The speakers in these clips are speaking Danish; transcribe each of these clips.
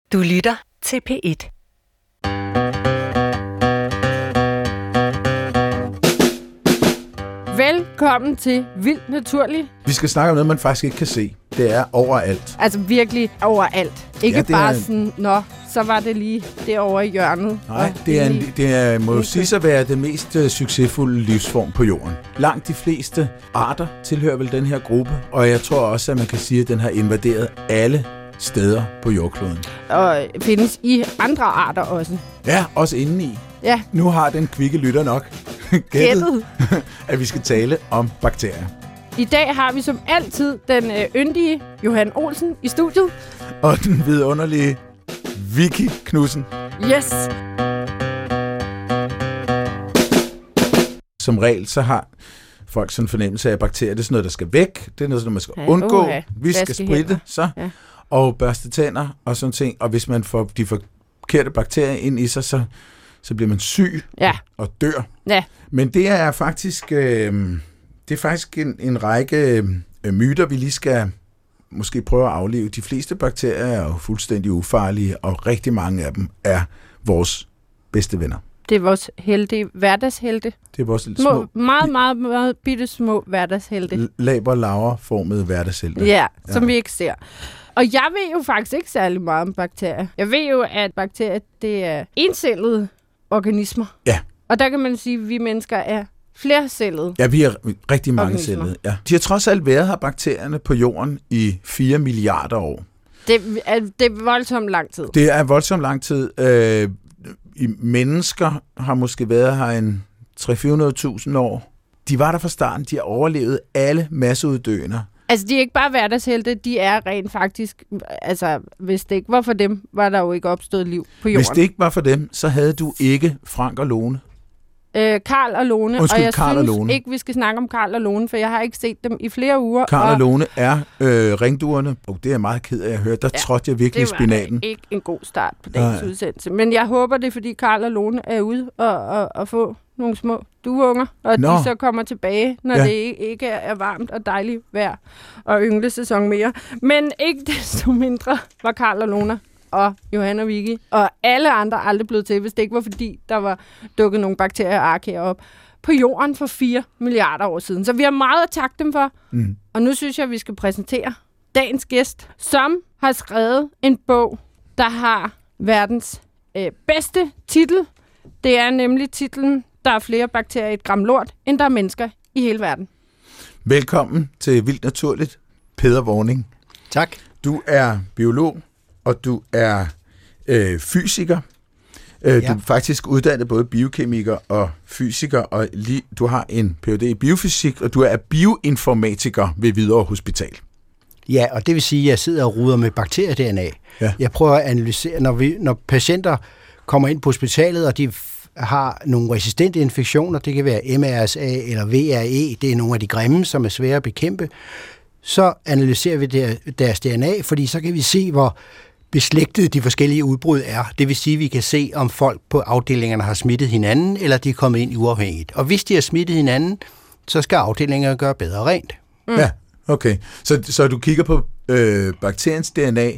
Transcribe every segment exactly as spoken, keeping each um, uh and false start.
Du lytter til P et. Velkommen til Vildt Naturligt. Vi skal snakke om noget, man faktisk ikke kan se. Det er overalt. Altså virkelig overalt. Ikke Ja, det bare er- sådan, nå, så var det lige derovre i hjørnet. Nej, Og det er, en, lige- det er, må jo Okay. siges at være den mest uh, succesfulde livsform på jorden. Langt de fleste arter tilhører vel den her gruppe, og jeg tror også, at man kan sige, at den har invaderet alle steder på jordkloden. Og findes i andre arter også. Ja, også indeni. Ja, Nu har den kvikke lytter nok gættet, gættet. at vi skal tale om bakterier. I dag har vi som altid den øh, yndige Johan Olsen i studiet. Og den vidunderlige Vicky Knudsen. Yes! Som regel, så har folk sådan en fornemmelse af, at bakterier det er sådan noget, der skal væk. Det er noget, sådan, man skal Ja, undgå. uha. Vi skal Vaske spritte, hænder. så. Ja. Og børste tænder og sådan ting. Og hvis man får de forkerte bakterier ind i sig, så, så bliver man syg Ja, og dør. ja. Men det er faktisk, øh, det er faktisk en, en række øh, myter, vi lige skal måske prøve at aflive. De fleste bakterier er jo fuldstændig ufarlige, og rigtig mange af dem er vores bedste venner. Det er vores helte, hverdagshelte. Det er vores Små, små, meget, meget, meget bitte små hverdagshelte. laber laverformede hverdagshelte. Ja, som Ja. vi ikke ser. Og jeg ved jo faktisk ikke særlig meget om bakterier. Jeg ved jo, at bakterier, det er encellede organismer. Ja. Og der kan man sige, at vi mennesker er flercellede. Ja, vi er rigtig mange Organismer. cellede. Ja. De har trods alt været her, bakterierne, på jorden i fire milliarder år. Det er, det er voldsomt lang tid. Det er voldsomt lang tid. Øh, i mennesker har måske været her en tre hundrede til fire hundrede tusind år. De var der fra starten. De har overlevet alle masseuddøender. Altså, de er ikke bare hverdagshelte, de er rent faktisk... Altså, hvis det ikke var for dem, var der jo ikke opstået liv på jorden. Hvis det ikke var for dem, så havde du ikke Frank og Lone. Øh, Karl og Lone, Undskyld, og jeg Karl og synes Lone. ikke, vi skal snakke om Karl og Lone, for jeg har ikke set dem i flere uger. Karl og Lone er øh, ringduerne. Og det er jeg meget ked af at høre. Der Ja, trådte jeg virkelig i det var spinaten. ikke en god start på dagens Nej. udsendelse. Men jeg håber, det er, fordi Karl og Lone er ude og, og, og få nogle små dueunger, og Nå. de så kommer tilbage, når Ja. det ikke ikke er varmt og dejligt vejr og ynglesæson mere. Men ikke desto mindre var Karl og Lone og Johan og Vicky og alle andre aldrig blevet til, hvis det ikke var fordi, der var dukket nogle bakterier og arkaer op på jorden for fire milliarder år siden. Så vi har meget at takke dem for. Mm. Og nu synes jeg, at vi skal præsentere dagens gæst, som har skrevet en bog, der har verdens øh, bedste titel. Det er nemlig titlen, der er flere bakterier i et gram lort, end der er mennesker i hele verden. Velkommen til Vildt Naturligt, Peder Worning. Tak. Du er biolog, og du er øh, fysiker. Øh, Ja. Du er faktisk uddannet både biokemiker og fysiker, og lige, du har en P H D i biofysik, og du er bioinformatiker ved Hvidovre Hospital. Ja, og det vil sige, at jeg sidder og ruder med bakterie-D N A. Ja. Jeg prøver at analysere, når, vi, når patienter kommer ind på hospitalet, og de f- har nogle resistente infektioner, det kan være M R S A eller V R E, det er nogle af de grimme, som er svære at bekæmpe, så analyserer vi der, deres D N A, fordi så kan vi se, hvor beslægtet de forskellige udbrud er. Det vil sige, at vi kan se, om folk på afdelingerne har smittet hinanden, eller de er kommet ind uafhængigt. Og hvis de har smittet hinanden, så skal afdelingerne gøre bedre rent. Mm. Ja, okay. Så, så du kigger på øh, bakteriens D N A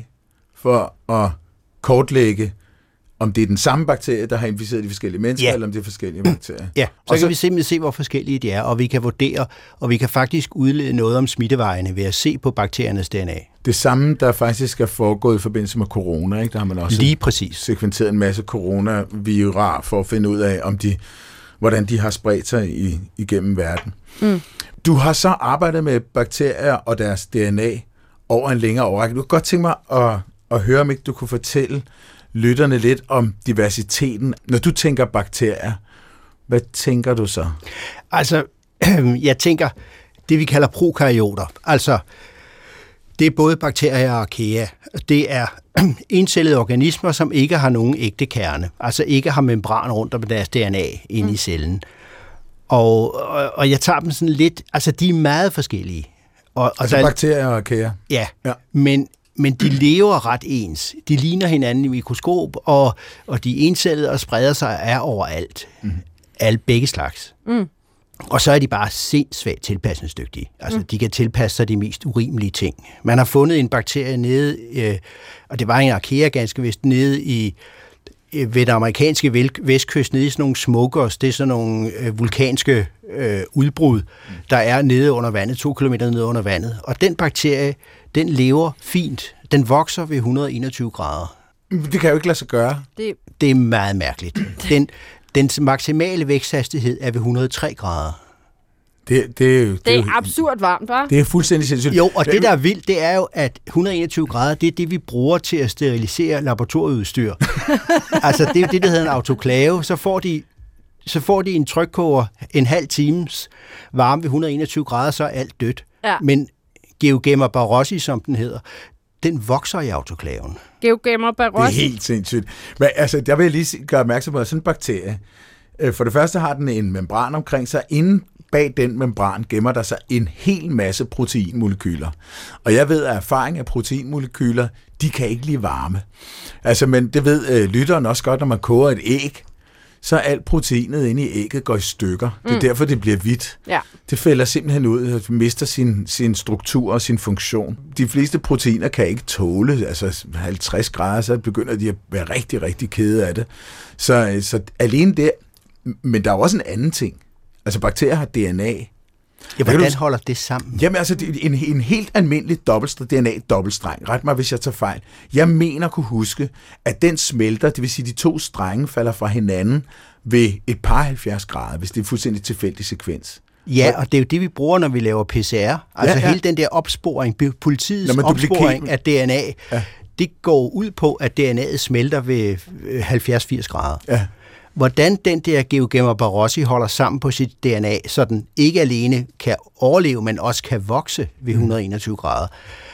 for at kortlægge, om det er den samme bakterie, der har inficeret de forskellige mennesker, Ja. eller om det er forskellige bakterier. Ja, så, Og så kan vi simpelthen se, hvor forskellige de er, og vi kan vurdere, og vi kan faktisk udlede noget om smittevejene ved at se på bakteriernes D N A. Det samme, der faktisk er foregået i forbindelse med corona, ikke? Der har man også Lige præcis. sekventeret en masse coronavirer for at finde ud af, om de, hvordan de har spredt sig i, igennem verden. Mm. Du har så arbejdet med bakterier og deres D N A over en længere årrække. Du kan godt tænke mig at, at høre, om ikke du kunne fortælle lytterne lidt om diversiteten. Når du tænker bakterier, hvad tænker du så? Altså, jeg tænker, det vi kalder prokaryoter, altså, det er både bakterier og archaea. Det er encellede organismer, som ikke har nogen ægte kerne, altså ikke har membran rundt om deres D N A inde mm. i cellen. Og, og, og jeg tager dem sådan lidt, altså de er meget forskellige. Og, og Altså der, bakterier og archaea? ja, Ja. men, men de lever ret ens. De ligner hinanden i mikroskop, og, og de er encellede og spreder sig er overalt. Mm. Alle begge slags. Mm. Og så er de bare sindssygt tilpasningsdygtige. Altså, mm. de kan tilpasse sig de mest urimelige ting. Man har fundet en bakterie nede, øh, og det var en archaea ganske vist, nede i øh, ved den amerikanske vestkyst, nede i sådan nogle smokers, det er sådan nogle øh, vulkanske øh, udbrud, mm. der er nede under vandet, to kilometer nede under vandet. Og den bakterie, den lever fint. Den vokser ved et hundrede og enogtyve grader. Det kan jo ikke lade sig gøre. Det, det er meget mærkeligt. Den, dens maksimale væksthastighed er ved et hundrede og tre grader. Det, det, er jo, det, det er jo, absurd varmt, hva'? Det er fuldstændig sindssygt. Jo, og det, der er vildt, det er jo, at et hundrede og enogtyve grader, det er det, vi bruger til at sterilisere laboratorieudstyr. Altså, det er jo det, der hedder en autoklave. Så får de, så får de en trykkoger en halv times varme ved et hundrede og enogtyve grader, så er alt dødt. Ja. Men Geogemma barossi, som den hedder, den vokser i autoklaven. Geogemma barossi. Det er helt sindssygt. Men altså, der vil jeg lige gøre opmærksom på, at sådan en bakterie, for det første har den en membran omkring sig. Inden bag den membran gemmer der sig en hel masse proteinmolekyler. Og jeg ved af erfaring, at proteinmolekyler, de kan ikke lide varme. Altså, men det ved øh, lytteren også godt, når man koger et æg, så alt proteinet inde i ægget går i stykker. Det er mm. derfor, det bliver hvidt. Ja. Det falder simpelthen ud, og mister sin, sin struktur og sin funktion. De fleste proteiner kan ikke tåle, altså halvtreds grader, så begynder de at være rigtig, rigtig kede af det. Så, så alene det, men der er også en anden ting. Altså bakterier har D N A. Ja, hvordan holder det sammen? Jamen altså, en, en helt almindelig dobbeltstreng, D N A-dobbeltstreng. Ret mig, hvis jeg tager fejl. Jeg mener kunne huske, at den smelter, det vil sige, de to strenge falder fra hinanden ved et par halvfjerds grader, hvis det er fuldstændig tilfældig sekvens. Ja, og det er jo det, vi bruger, når vi laver P C R. Altså ja, ja. hele den der opsporing, politiets opsporing af D N A, ja. det går ud på, at D N A'et smelter ved halvfjerds til firs grader. Ja. Hvordan den der Geogemma barossi holder sammen på sit D N A, så den ikke alene kan overleve, men også kan vokse ved et hundrede og enogtyve grader.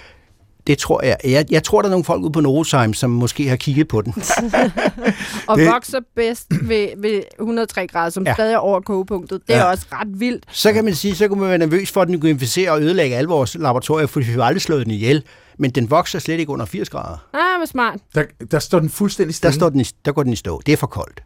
Det tror jeg. Jeg, jeg tror, der er nogle folk ude på Norosheim, som måske har kigget på den. og det vokser bedst ved, ved et hundrede og tre grader, som ja. stadig er over kogepunktet. Det er ja. også ret vildt. Så kan man sige, så kan man være nervøs for, at den kunne inficere og ødelægge alle vores laboratorier, for vi har aldrig slået den ihjel. Men den vokser slet ikke under firs grader. Ah, hvor smart. Der, der står den fuldstændig stille. Der, står den i, der går den i stå. Det er for koldt.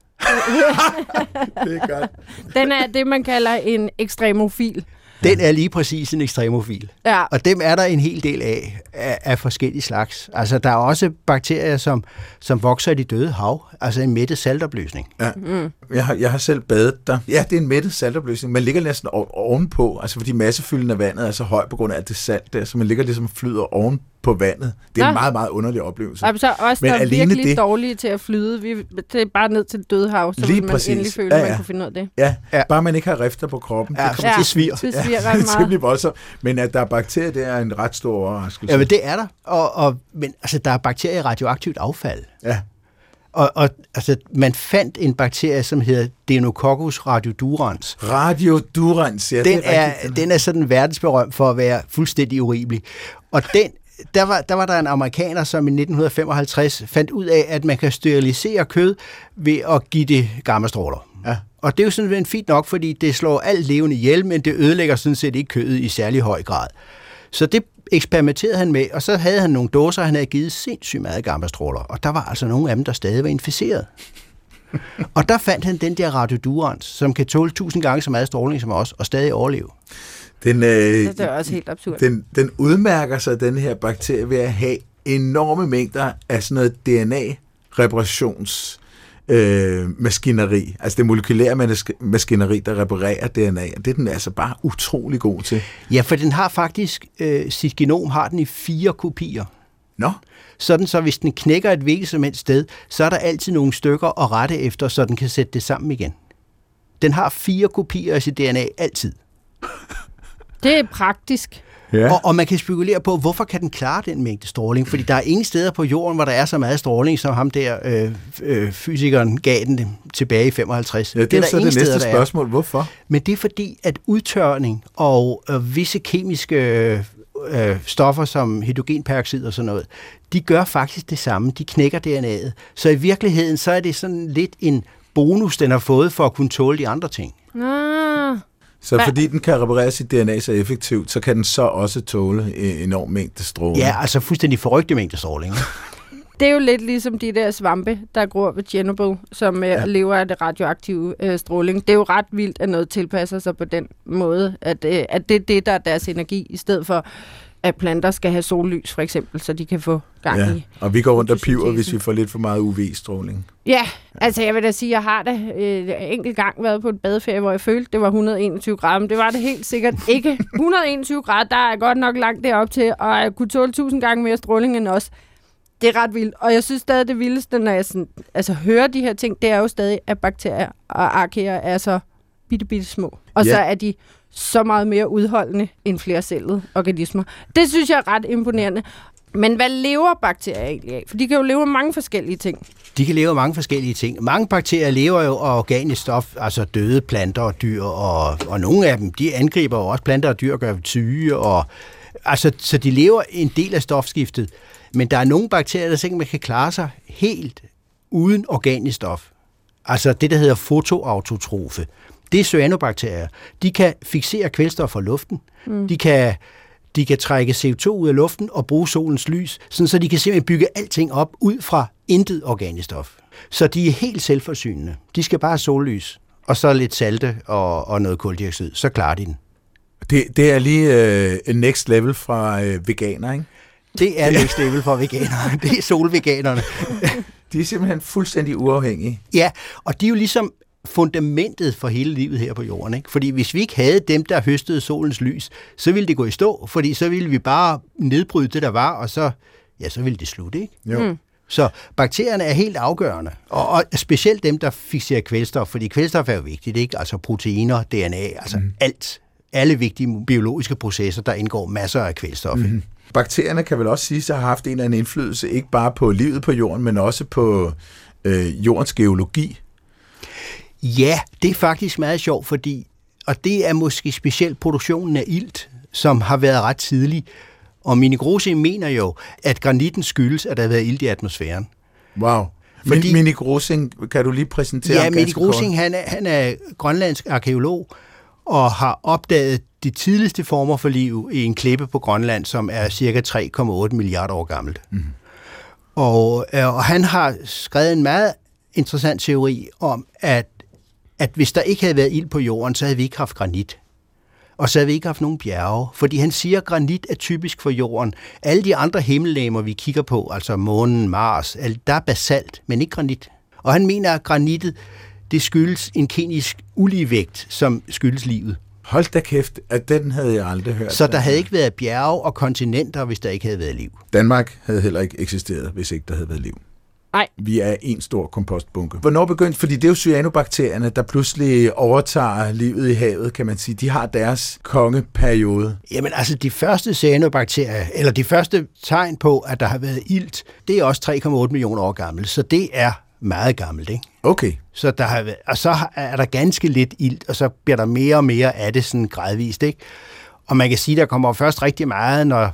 Det er godt. Den er det, man kalder en ekstremofil. Den er lige præcis en ekstremofil. Ja. Og dem er der en hel del af, af, af forskellige slags. Altså, der er også bakterier, som, som vokser i de døde hav. Altså en mættet saltopløsning. Ja. Mm. Jeg, har, jeg har selv badet der. Ja, det er en mættet saltopløsning. Man ligger næsten ovenpå, altså fordi massefylden af vandet er så høj på grund af alt det salt der, så man ligger ligesom flyder oven på vandet. Det er ja. en meget, meget underlig oplevelse. Og så også, der er virkelig det, dårlige til at flyde. Vi, det er bare ned til det døde hav, så vil man præcis. endelig føle, at ja, ja. man kunne finde ud af det. Ja, ja, bare man ikke har rifter på kroppen. Ja, det kommer ja. til svir. Det sviger ret meget. Det er voldsomt. Men at der er bakterier, det er en ret stor overraskelse. Ja, men det er der. Og, og, men altså, der er bakterier i radioaktivt affald. Ja. Og, og altså, man fandt en bakterie, som hedder Deinococcus radiodurans. Radiodurans, ja. Den er, er, den er sådan verdensberømt for at være fuldstændig urimelig. Og den, der, var, der var der en amerikaner, som i nitten femoghalvtreds fandt ud af, at man kan sterilisere kød ved at give det gammastråler. Ja. Og det er jo sådan fint nok, fordi det slår alt levende ihjel, men det ødelægger sådan set ikke kødet i særlig høj grad. Så det eksperimenterede han med, og så havde han nogle dåser, han havde givet sindssygt meget gammastråler, og der var altså nogle af dem, der stadig var inficeret. Og der fandt han den der radiodurans, som kan tåle tusind gange så meget stråling som os, og stadig overleve. Den, øh, det er også helt absurd. Den, den udmærker sig, den her bakterie, ved at have enorme mængder af sådan noget D N A-reparations øh, maskineri, altså det molekylære maskineri, der reparerer D N A, og det er den altså bare utrolig god til. Ja, for den har faktisk, øh, sit genom har den i fire kopier. Nå? Sådan så hvis den knækker et hvilket som helst sted, så er der altid nogle stykker at rette efter, så den kan sætte det sammen igen. Den har fire kopier af sit D N A altid. Det er praktisk. Ja. Og, og man kan spekulere på, hvorfor kan den klare den mængde stråling? Fordi der er ingen steder på jorden, hvor der er så meget stråling, som ham der øh, øh, fysikeren gav den tilbage i femoghalvtreds. Ja, det, det er der så det næste steder, spørgsmål. Hvorfor? Men det er fordi, at udtørring og øh, visse kemiske øh, stoffer, som hydrogenperoxid og sådan noget, de gør faktisk det samme. De knækker D N A'et. Så i virkeligheden, så er det sådan lidt en bonus, den har fået for at kunne tåle de andre ting. Ah. Så Hva? fordi den kan reparere sit D N A så effektivt, så kan den så også tåle en enorm mængde stråling. Ja, altså fuldstændig forrygte mængde stråling. Det er jo lidt ligesom de der svampe, der gror ved Chernobyl, som ja. lever af det radioaktive øh, stråling. Det er jo ret vildt, at noget tilpasser sig på den måde, at, øh, at det er det, der er deres energi, i stedet for at planter skal have sollys, for eksempel, så de kan få gang ja. i. Og vi går rundt og piver, hvis vi får lidt for meget U V-stråling. Ja, altså jeg vil da sige, at jeg har da øh, enkelt gang været på et badeferie, hvor jeg følte, det var et hundrede og enogtyve grader, men det var det helt sikkert ikke. et hundrede og enogtyve grader, der er godt nok langt derop til, og jeg kunne tåle tusind gange mere stråling end os. Det er ret vildt, og jeg synes stadig, det vildeste, når jeg sådan, altså, hører de her ting, det er jo stadig, at bakterier og arkeer er så bitte, bitte små. Og ja. så er de så meget mere udholdende end flercellede organismer. Det synes jeg er ret imponerende. Men hvad lever bakterier egentlig af? For de kan jo leve af mange forskellige ting. De kan leve af mange forskellige ting. Mange bakterier lever jo af organisk stof, altså døde planter og dyr, og, og nogle af dem, de angriber jo også planter og dyr og gør dem syge, og altså, så de lever en del af stofskiftet. Men der er nogle bakterier, der simpelthen kan klare sig helt uden organisk stof. Altså det, der hedder fotoautotrofe. Det er cyanobakterier. De kan fixere kvælstof fra luften. Mm. De kan, de kan trække C O to ud af luften og bruge solens lys, sådan så de kan simpelthen bygge alting op ud fra intet organisk stof. Så de er helt selvforsynende. De skal bare have sollys, og så lidt salte og, og noget kuldioxid. Så klarer de den. Det, det er lige uh, next level fra uh, veganer, ikke? Det er next level for veganere. Det er solveganerne. De er simpelthen fuldstændig uafhængige. Ja, og de er jo ligesom fundamentet for hele livet her på jorden, ikke? Fordi hvis vi ikke havde dem, der høstede solens lys, så ville det gå i stå, fordi så ville vi bare nedbryde det, der var, og så, ja, så ville det slutte, ikke? Jo. Mm. Så bakterierne er helt afgørende, og, og specielt dem, der fixerer kvælstof, fordi kvælstof er jo vigtigt, ikke? Altså proteiner, D N A, altså mm. alt. Alle vigtige biologiske processer, der indgår masser af kvælstof. Mm. Bakterierne kan vel også sige, at har haft en eller anden indflydelse, ikke bare på livet på jorden, men også på øh, jordens geologi. Ja, det er faktisk meget sjovt, fordi, og det er måske specielt produktionen af ilt, som har været ret tidlig. Og Minik Rosing mener jo, at granitten skyldes, at der har været ilt i atmosfæren. Wow. Fordi, Minik Rosing, kan du lige præsentere? Ja, Minik Rosing, han er, han er grønlandsk arkæolog, og har opdaget de tidligste former for liv i en klippe på Grønland, som er cirka tre komma otte milliarder år gammelt. Mm. Og, og han har skrevet en meget interessant teori om, at, at hvis der ikke havde været ild på jorden, så havde vi ikke haft granit. Og så havde vi ikke haft nogen bjerge. Fordi han siger, at granit er typisk for jorden. Alle de andre himmellegemer, vi kigger på, altså månen, Mars, der er basalt, men ikke granit. Og han mener, at granittet, det skyldes en kemisk uligevægt, som skyldes livet. Hold da kæft, at den havde jeg aldrig hørt. Så der havde ikke været bjerge og kontinenter, hvis der ikke havde været liv. Danmark havde heller ikke eksisteret, hvis ikke der havde været liv. Nej. Vi er en stor kompostbunke. Hvornår begyndte, fordi det er jo cyanobakterierne, der pludselig overtager livet i havet, kan man sige. De har deres kongeperiode. Jamen altså, de første cyanobakterier, eller de første tegn på, at der har været ilt, det er også tre komma otte millioner år gammelt. Så det er meget gammelt, ikke? Okay. Så der har været, og så er der ganske lidt ilt, og så bliver der mere og mere af det sådan gradvist, ikke? Og man kan sige, der kommer først rigtig meget, når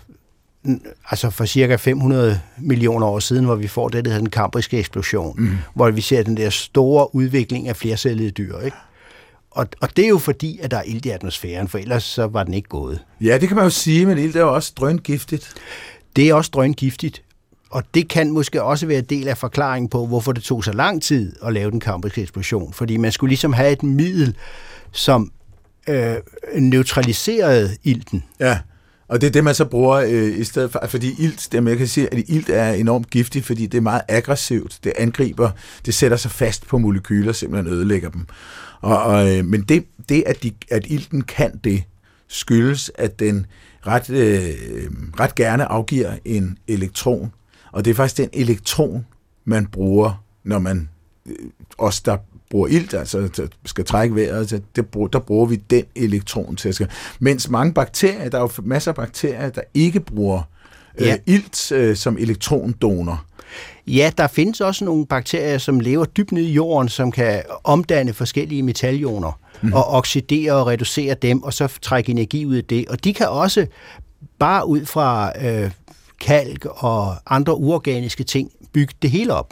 altså for cirka fem hundrede millioner år siden, hvor vi får det, der hedder den kambriske eksplosion, mm. hvor vi ser den der store udvikling af flercellede dyr, ikke? Og, og det er jo fordi, at der er ilt i atmosfæren, for ellers så var den ikke gået. Ja, det kan man jo sige, men ilt er jo også drøngiftigt. Det er også drøngiftigt, og det kan måske også være en del af forklaringen på, hvorfor det tog så lang tid at lave den kambriske eksplosion. Fordi man skulle ligesom have et middel, som øh, neutraliserede ilten. Ja. Og det er det, man så bruger øh, i stedet for, fordi ilt, det, jeg kan sige, at ilt er enormt giftigt, fordi det er meget aggressivt. Det angriber, det sætter sig fast på molekyler, simpelthen ødelægger dem. Og, og, øh, men det, det at, de, at ilten kan det, skyldes, at den ret, øh, ret gerne afgiver en elektron. Og det er faktisk den elektron, man bruger, når man øh, også der bruger ilt, altså skal trække vejret, så det, der bruger vi den elektron til at skal. Mens mange bakterier, der er jo masser af bakterier, der ikke bruger ja. øh, ilt øh, som elektondonor. Ja, der findes også nogle bakterier, som lever dybt nede i jorden, som kan omdanne forskellige metalioner mm. og oxidere og reducere dem, og så trække energi ud af det. Og de kan også bare ud fra øh, kalk og andre uorganiske ting bygge det hele op.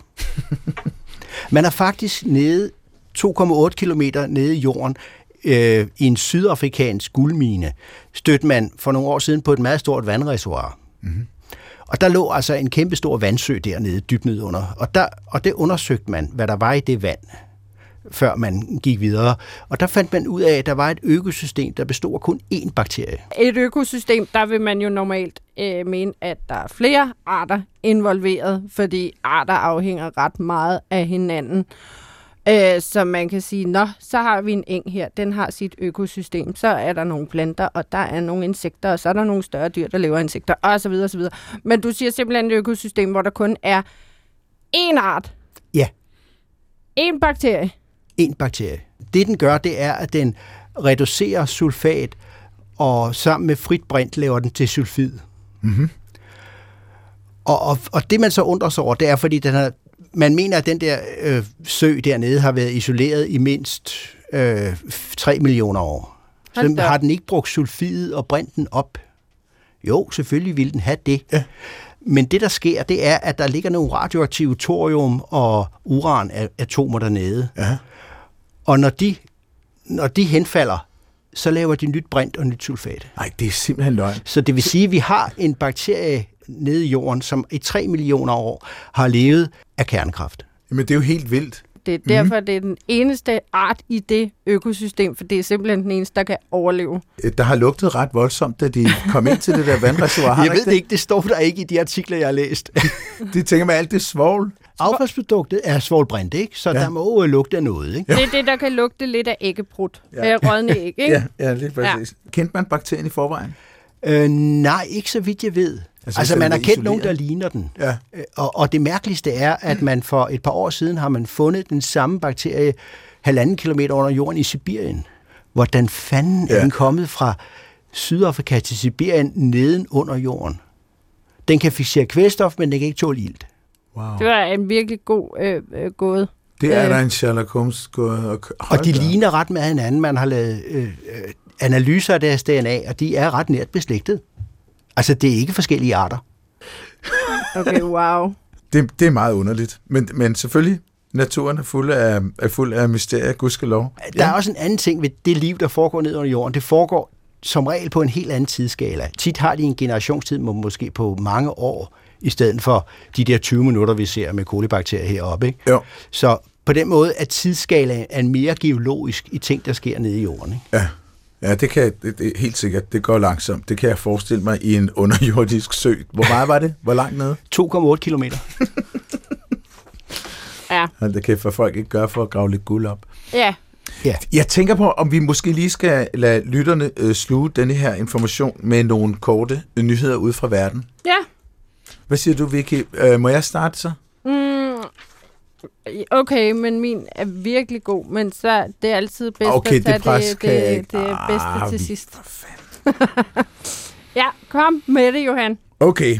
Man er faktisk nede to komma otte kilometer nede i jorden øh, i en sydafrikansk guldmine, stødte man for nogle år siden på et meget stort vandreservoir. Mm-hmm. Og der lå altså en kæmpe stor vandsø dernede, dybt ned under. Og, der, og det undersøgte man, hvad der var i det vand, før man gik videre. Og der fandt man ud af, at der var et økosystem, der bestod af kun én bakterie. Et økosystem, der vil man jo normalt øh, mene, at der er flere arter involveret, fordi arter afhænger ret meget af hinanden. Øh, så man kan sige, nå, så har vi en eng her, den har sit økosystem, så er der nogle planter, og der er nogle insekter, og så er der nogle større dyr, der lever af insekter, og så videre, og så videre. Men du siger simpelthen et økosystem, hvor der kun er én art. Ja. En bakterie. En bakterie. Det, den gør, det er, at den reducerer sulfat, og sammen med frit brint laver den til sulfid. Mm-hmm. Og, og, og det, man så undrer sig over, det er, fordi den har, man mener, at den der øh, sø dernede har været isoleret i mindst øh, tre millioner år. Så har den ikke brugt sulfid og brinten op? Jo, selvfølgelig ville den have det. Ja. Men det, der sker, det er, at der ligger nogle radioaktive thorium- og uranatomer dernede. Ja. Og når de, når de henfalder, så laver de nyt brint og nyt sulfat. Nej, det er simpelthen løgn. Så det vil sige, at vi har en bakterie nede i jorden, som i tre millioner år har levet af kernekraft. Men det er jo helt vildt. Det er derfor, mm. det er den eneste art i det økosystem, for det er simpelthen den eneste, der kan overleve. Der har lugtet ret voldsomt, da de kom ind til det der vandreservoir. Jeg ved det ikke, det står der ikke i de artikler, jeg har læst. De tænker med alt det svovl. Affaldsproduktet er svovlbrint, ikke? Så ja. Der må jo lugte af noget, ikke? Det er det, der kan lugte lidt af æggebrud. Ja. Rådne æg, ikke? Ja, ja, lidt præcis. Ja. Kendte man bakterien i forvejen? Øh, nej, ikke så vidt jeg ved. Altså, altså man har kendt nogen, der ligner den. Ja. Og, og det mærkeligste er, at man for et par år siden har man fundet den samme bakterie halvanden kilometer under jorden i Sibirien. Hvordan fanden ja. er den kommet fra Sydafrika til Sibirien neden under jorden? Den kan fixere kvælstof, men den kan ikke tåle ilt. Wow. Det var en virkelig god øh, øh, gåde. Det er øh. der en Sherlock Holmes gåde. Og, og de ligner ret med hinanden. Man har lavet øh, øh, analyser af deres D N A, og de er ret nært beslægtet. Altså, det er ikke forskellige arter. Okay, wow. Det, det er meget underligt. Men, men selvfølgelig, naturen er fuld af, er fuld af mysterier, gudskelov. Der er også en anden ting ved det liv, der foregår ned under jorden. Det foregår som regel på en helt anden tidsskala. Tit har de en generationstid, måske på mange år, i stedet for de der tyve minutter, vi ser med kolibakterier heroppe. Ikke? Jo. Så på den måde er tidsskalaen er mere geologisk i ting, der sker nede i jorden. Ikke? Ja. Ja, det kan det, det, helt sikkert. Det går langsomt. Det kan jeg forestille mig i en underjordisk sø. Hvor meget var det? Hvor langt nede? to komma otte kilometer. Ja. Det kan for folk ikke gøre for at grave lidt guld op. Ja. Ja. Jeg tænker på, om vi måske lige skal lade lytterne øh, sluge denne her information med nogle korte øh, nyheder ud fra verden. Ja. Hvad siger du, Vicky? Øh, må jeg starte så? Mm, okay, men min er virkelig god, men så det er altid bedst okay, at tage det, pres, det, det, det er bedste ah, til sidst. Ja, kom med det, Johan. Okay.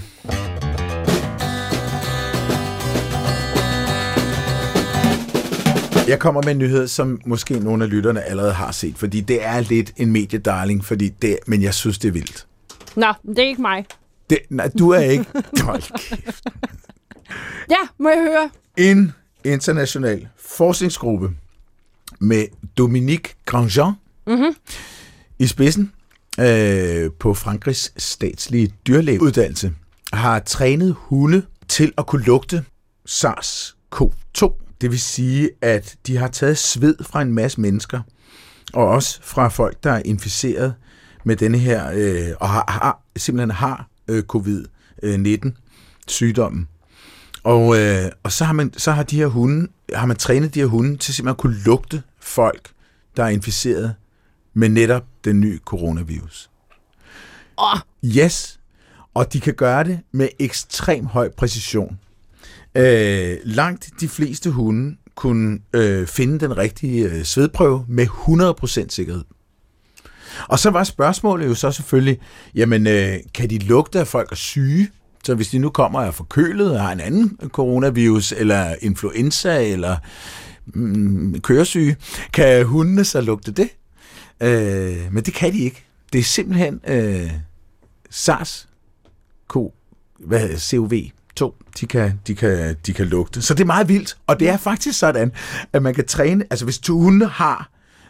Jeg kommer med en nyhed, som måske nogle af lytterne allerede har set, fordi det er lidt en mediedarling, fordi det, men jeg synes, det er vildt. Nå, det er ikke mig. Det, nej, du er ikke. Hold kæft. Ja, må jeg høre? En international forskningsgruppe med Dominique Grandjean mm-hmm. i spidsen øh, på Frankrigs statslige dyrlægeuddannelse har trænet hunde til at kunne lugte SARS-CoV to. Det vil sige, at de har taget sved fra en masse mennesker, og også fra folk, der er inficeret med denne her, øh, og har, har, simpelthen har øh, covid nitten sygdommen. Og, øh, og så har man så har de her hunde, har man trænet de her hunde til simpelthen at kunne lugte folk, der er inficeret med netop den nye coronavirus. Oh. Yes, og de kan gøre det med ekstrem høj præcision. Øh, langt de fleste hunde kunne øh, finde den rigtige øh, svedprøve med hundrede procent sikkerhed. Og så var spørgsmålet jo så selvfølgelig, jamen øh, kan de lugte, at folk er syge? Så hvis de nu kommer og er forkølet og har en anden coronavirus, eller influenza, eller mm, køresyge, kan hundene så lugte det? Øh, men det kan de ikke. Det er simpelthen øh, SARS-CoV to, de kan, de, kan, de kan lugte. Så det er meget vildt, og det er faktisk sådan, at man kan træne, altså hvis to hunde har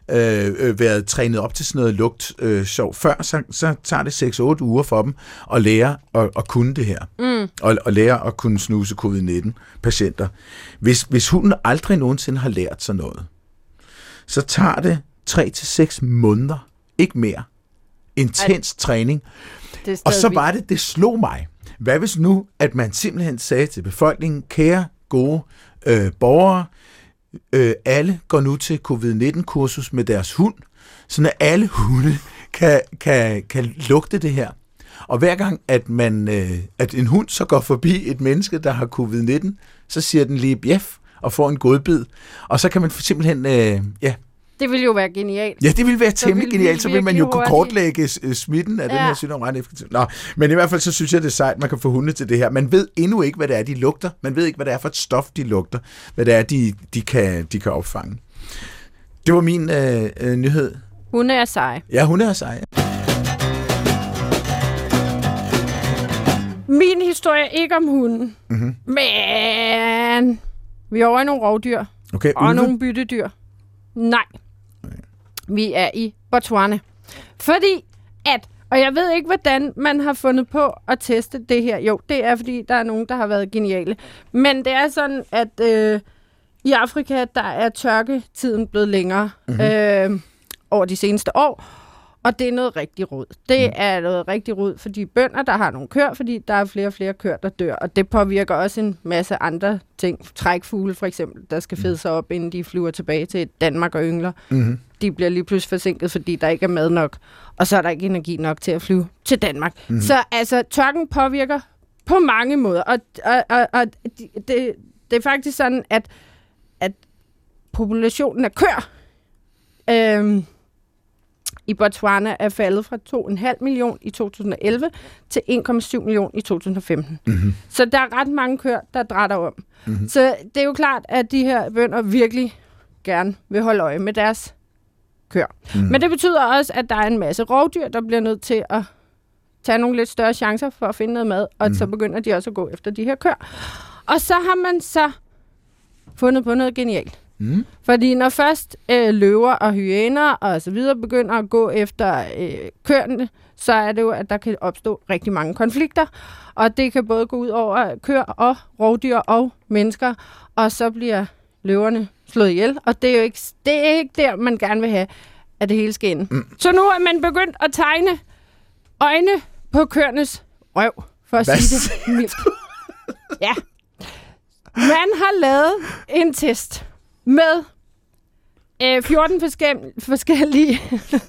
øh, øh, været trænet op til sådan noget lugt øh, sjov før, så, så tager det seks otte uger for dem at lære at, at kunne det her. Mm. Og, og lære at kunne snuse covid nitten-patienter. Hvis, hvis hunden aldrig nogensinde har lært sig noget, så tager det tre til seks måneder, ikke mere, intens Ej, træning. Og så var det, det slog mig. Hvad hvis nu, at man simpelthen sagde til befolkningen, kære, gode øh, borgere, øh, alle går nu til covid nitten-kursus med deres hund, så alle hunde kan, kan, kan lugte det her. Og hver gang, at, man, øh, at en hund så går forbi et menneske, der har covid nitten, så siger den lige bjef og får en godbid. Og så kan man simpelthen, øh, ja, det ville jo være genialt. Ja, det ville være temmelig genialt. Så ville man jo kunne kortlægge smitten af ja. den her sygdom ret effektivt. Nå, men i hvert fald så synes jeg, det er sejt, man kan få hunde til det her. Man ved endnu ikke, hvad det er, de lugter. Man ved ikke, hvad det er for et stof, de lugter. Hvad det er, de, de, kan, de kan opfange. Det var min øh, øh, nyhed. Hunde er seje. Ja, hunde er seje. Min historie er ikke om hunden. Mm-hmm. Men vi er over i nogle rovdyr. Okay, og ulve? Nogle byttedyr. Nej. Vi er i Botswana. Fordi at, og jeg ved ikke, hvordan man har fundet på at teste det her. Jo, det er, fordi der er nogen, der har været geniale. Men det er sådan, at øh, i Afrika, der er tørketiden blevet længere mm-hmm. øh, over de seneste år. Og det er noget rigtig rod. Det mm. er noget rigtig rod for de bønder, der har nogle køer, fordi der er flere og flere køer, der dør. Og det påvirker også en masse andre ting. Trækfugle for eksempel, der skal fede sig op, inden de flyver tilbage til Danmark og yngler. Mm-hmm. De bliver lige pludselig forsinket, fordi der ikke er mad nok. Og så er der ikke energi nok til at flyve til Danmark. Mm-hmm. Så altså, tørken påvirker på mange måder. Og, og, og, og det, det er faktisk sådan, at, at populationen af køer øh, i Botswana er faldet fra to komma fem millioner i to tusind og elleve til en komma syv millioner i to tusind og femten. Mm-hmm. Så der er ret mange køer, der drætter om. Mm-hmm. Så det er jo klart, at de her bønder virkelig gerne vil holde øje med deres køer. Mm-hmm. Men det betyder også, at der er en masse rovdyr, der bliver nødt til at tage nogle lidt større chancer for at finde noget mad, og mm-hmm. så begynder de også at gå efter de her køer. Og så har man så fundet på noget genialt. Mm. Fordi når først øh, løver og hyæner og så videre begynder at gå efter øh, køerne, så er det jo, at der kan opstå rigtig mange konflikter. Og det kan både gå ud over køer og rovdyr og mennesker, og så bliver løverne slået ihjel. Og det er jo ikke, det er ikke der, man gerne vil have, at det hele skal ende. Mm. Så nu er man begyndt at tegne øjne på køernes røv, for at Hvad? sige det mildt. Ja. Man har lavet en test med øh, fjorten forskellige... forskellige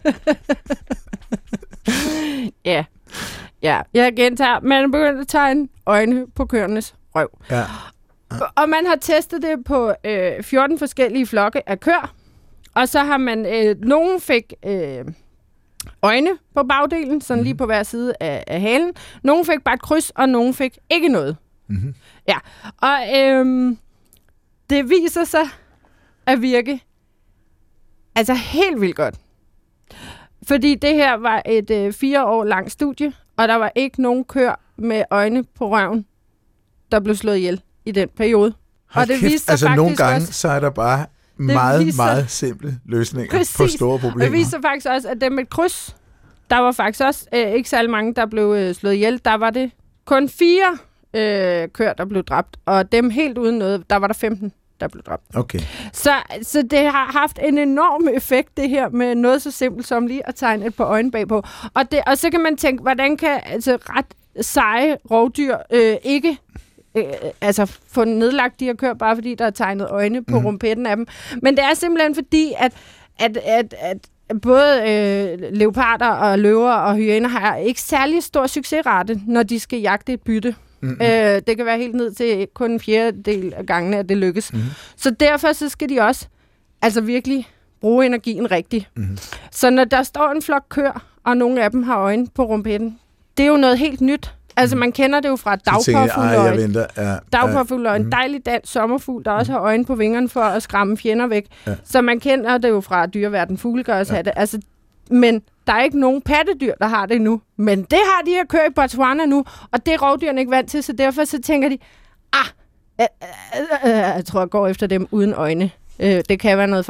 ja. ja, jeg gentager. Man er begyndt at tegne øjne på køernes røv. Ja. Ja. Og man har testet det på øh, fjorten forskellige flokke af køer. Og så har man... Øh, nogen fik øh, øjne på bagdelen, sådan mm-hmm. lige på hver side af, af halen. Nogen fik bare et kryds, og nogen fik ikke noget. Mm-hmm. Ja, og øh, det viser sig at virke altså helt vildt godt. Fordi det her var et øh, fire år langt studie, og der var ikke nogen køer med øjne på røven, der blev slået ihjel i den periode. Hold og det kæft, viste altså nogle gange, også, så er der bare meget, viser, meget simple løsninger præcis, på store problemer. Og det viser faktisk også, at dem med et kryds, der var faktisk også øh, ikke særlig mange, der blev øh, slået ihjel. Der var det kun fire øh, køer, der blev dræbt, og dem helt uden noget, der var der femten. Der blev dræbt. Okay. Så, så det har haft en enorm effekt, det her med noget så simpelt som lige at tegne et par øjne bagpå. Og, det, og så kan man tænke, hvordan kan altså ret seje rovdyr øh, ikke øh, altså få nedlagt de her køer, bare fordi der er tegnet øjne på mm. rumpetten af dem. Men det er simpelthen fordi, at, at, at, at både øh, leoparder og løver og hyæner har ikke særlig stor succesrate, når de skal jagte et bytte. Mm-hmm. Øh, det kan være helt ned til kun en fjerdedel af gangene, at det lykkes. Mm-hmm. Så derfor så skal de også altså virkelig bruge energien rigtigt. Mm-hmm. Så når der står en flok køer, og nogle af dem har øjne på rumpetten, det er jo noget helt nyt. Altså man kender det jo fra dagpåfugleøje. Ja, dagpåfugleøje, en dejlig dansk sommerfugl, der også har øjne på vingerne for at skræmme fjender væk. Ja. Så man kender det jo fra dyreverdenen. Fugle gør også ja. det. Altså, men der er ikke nogen pattedyr, der har det endnu. Men det har de her køer i Botswana nu, og det er rovdyrene ikke vant til, så derfor så tænker de, ah, øh, øh, øh, jeg tror, jeg går efter dem uden øjne. Øh, det kan være noget farligt.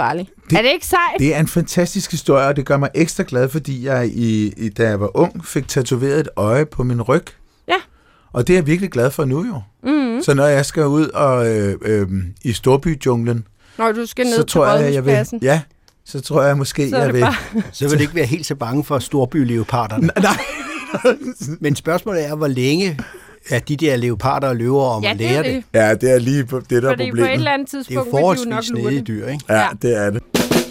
Det, er det ikke sejt? Det er en fantastisk historie, og det gør mig ekstra glad, fordi jeg, i, i, da jeg var ung, fik tatoveret et øje på min ryg. Ja. Og det er jeg virkelig glad for nu, jo. Mm-hmm. Så når jeg skal ud og øh, øh, i storbyjunglen, når du skal ned så til tror jeg, jeg vil, Rådhuspladsen. ja, så tror jeg måske, Så jeg vil... bare... Så vil det ikke være helt så bange for storbyleoparderne. Nej. Men spørgsmålet er, hvor længe er de der leoparder og løver om ja, at lære det? det. Ja, det er lige på det, der Fordi er problemet. på et eller andet Det er tidspunkt jo vil de jo nok forholdsvis lure snedige det. dyr, ikke? Ja, det er det.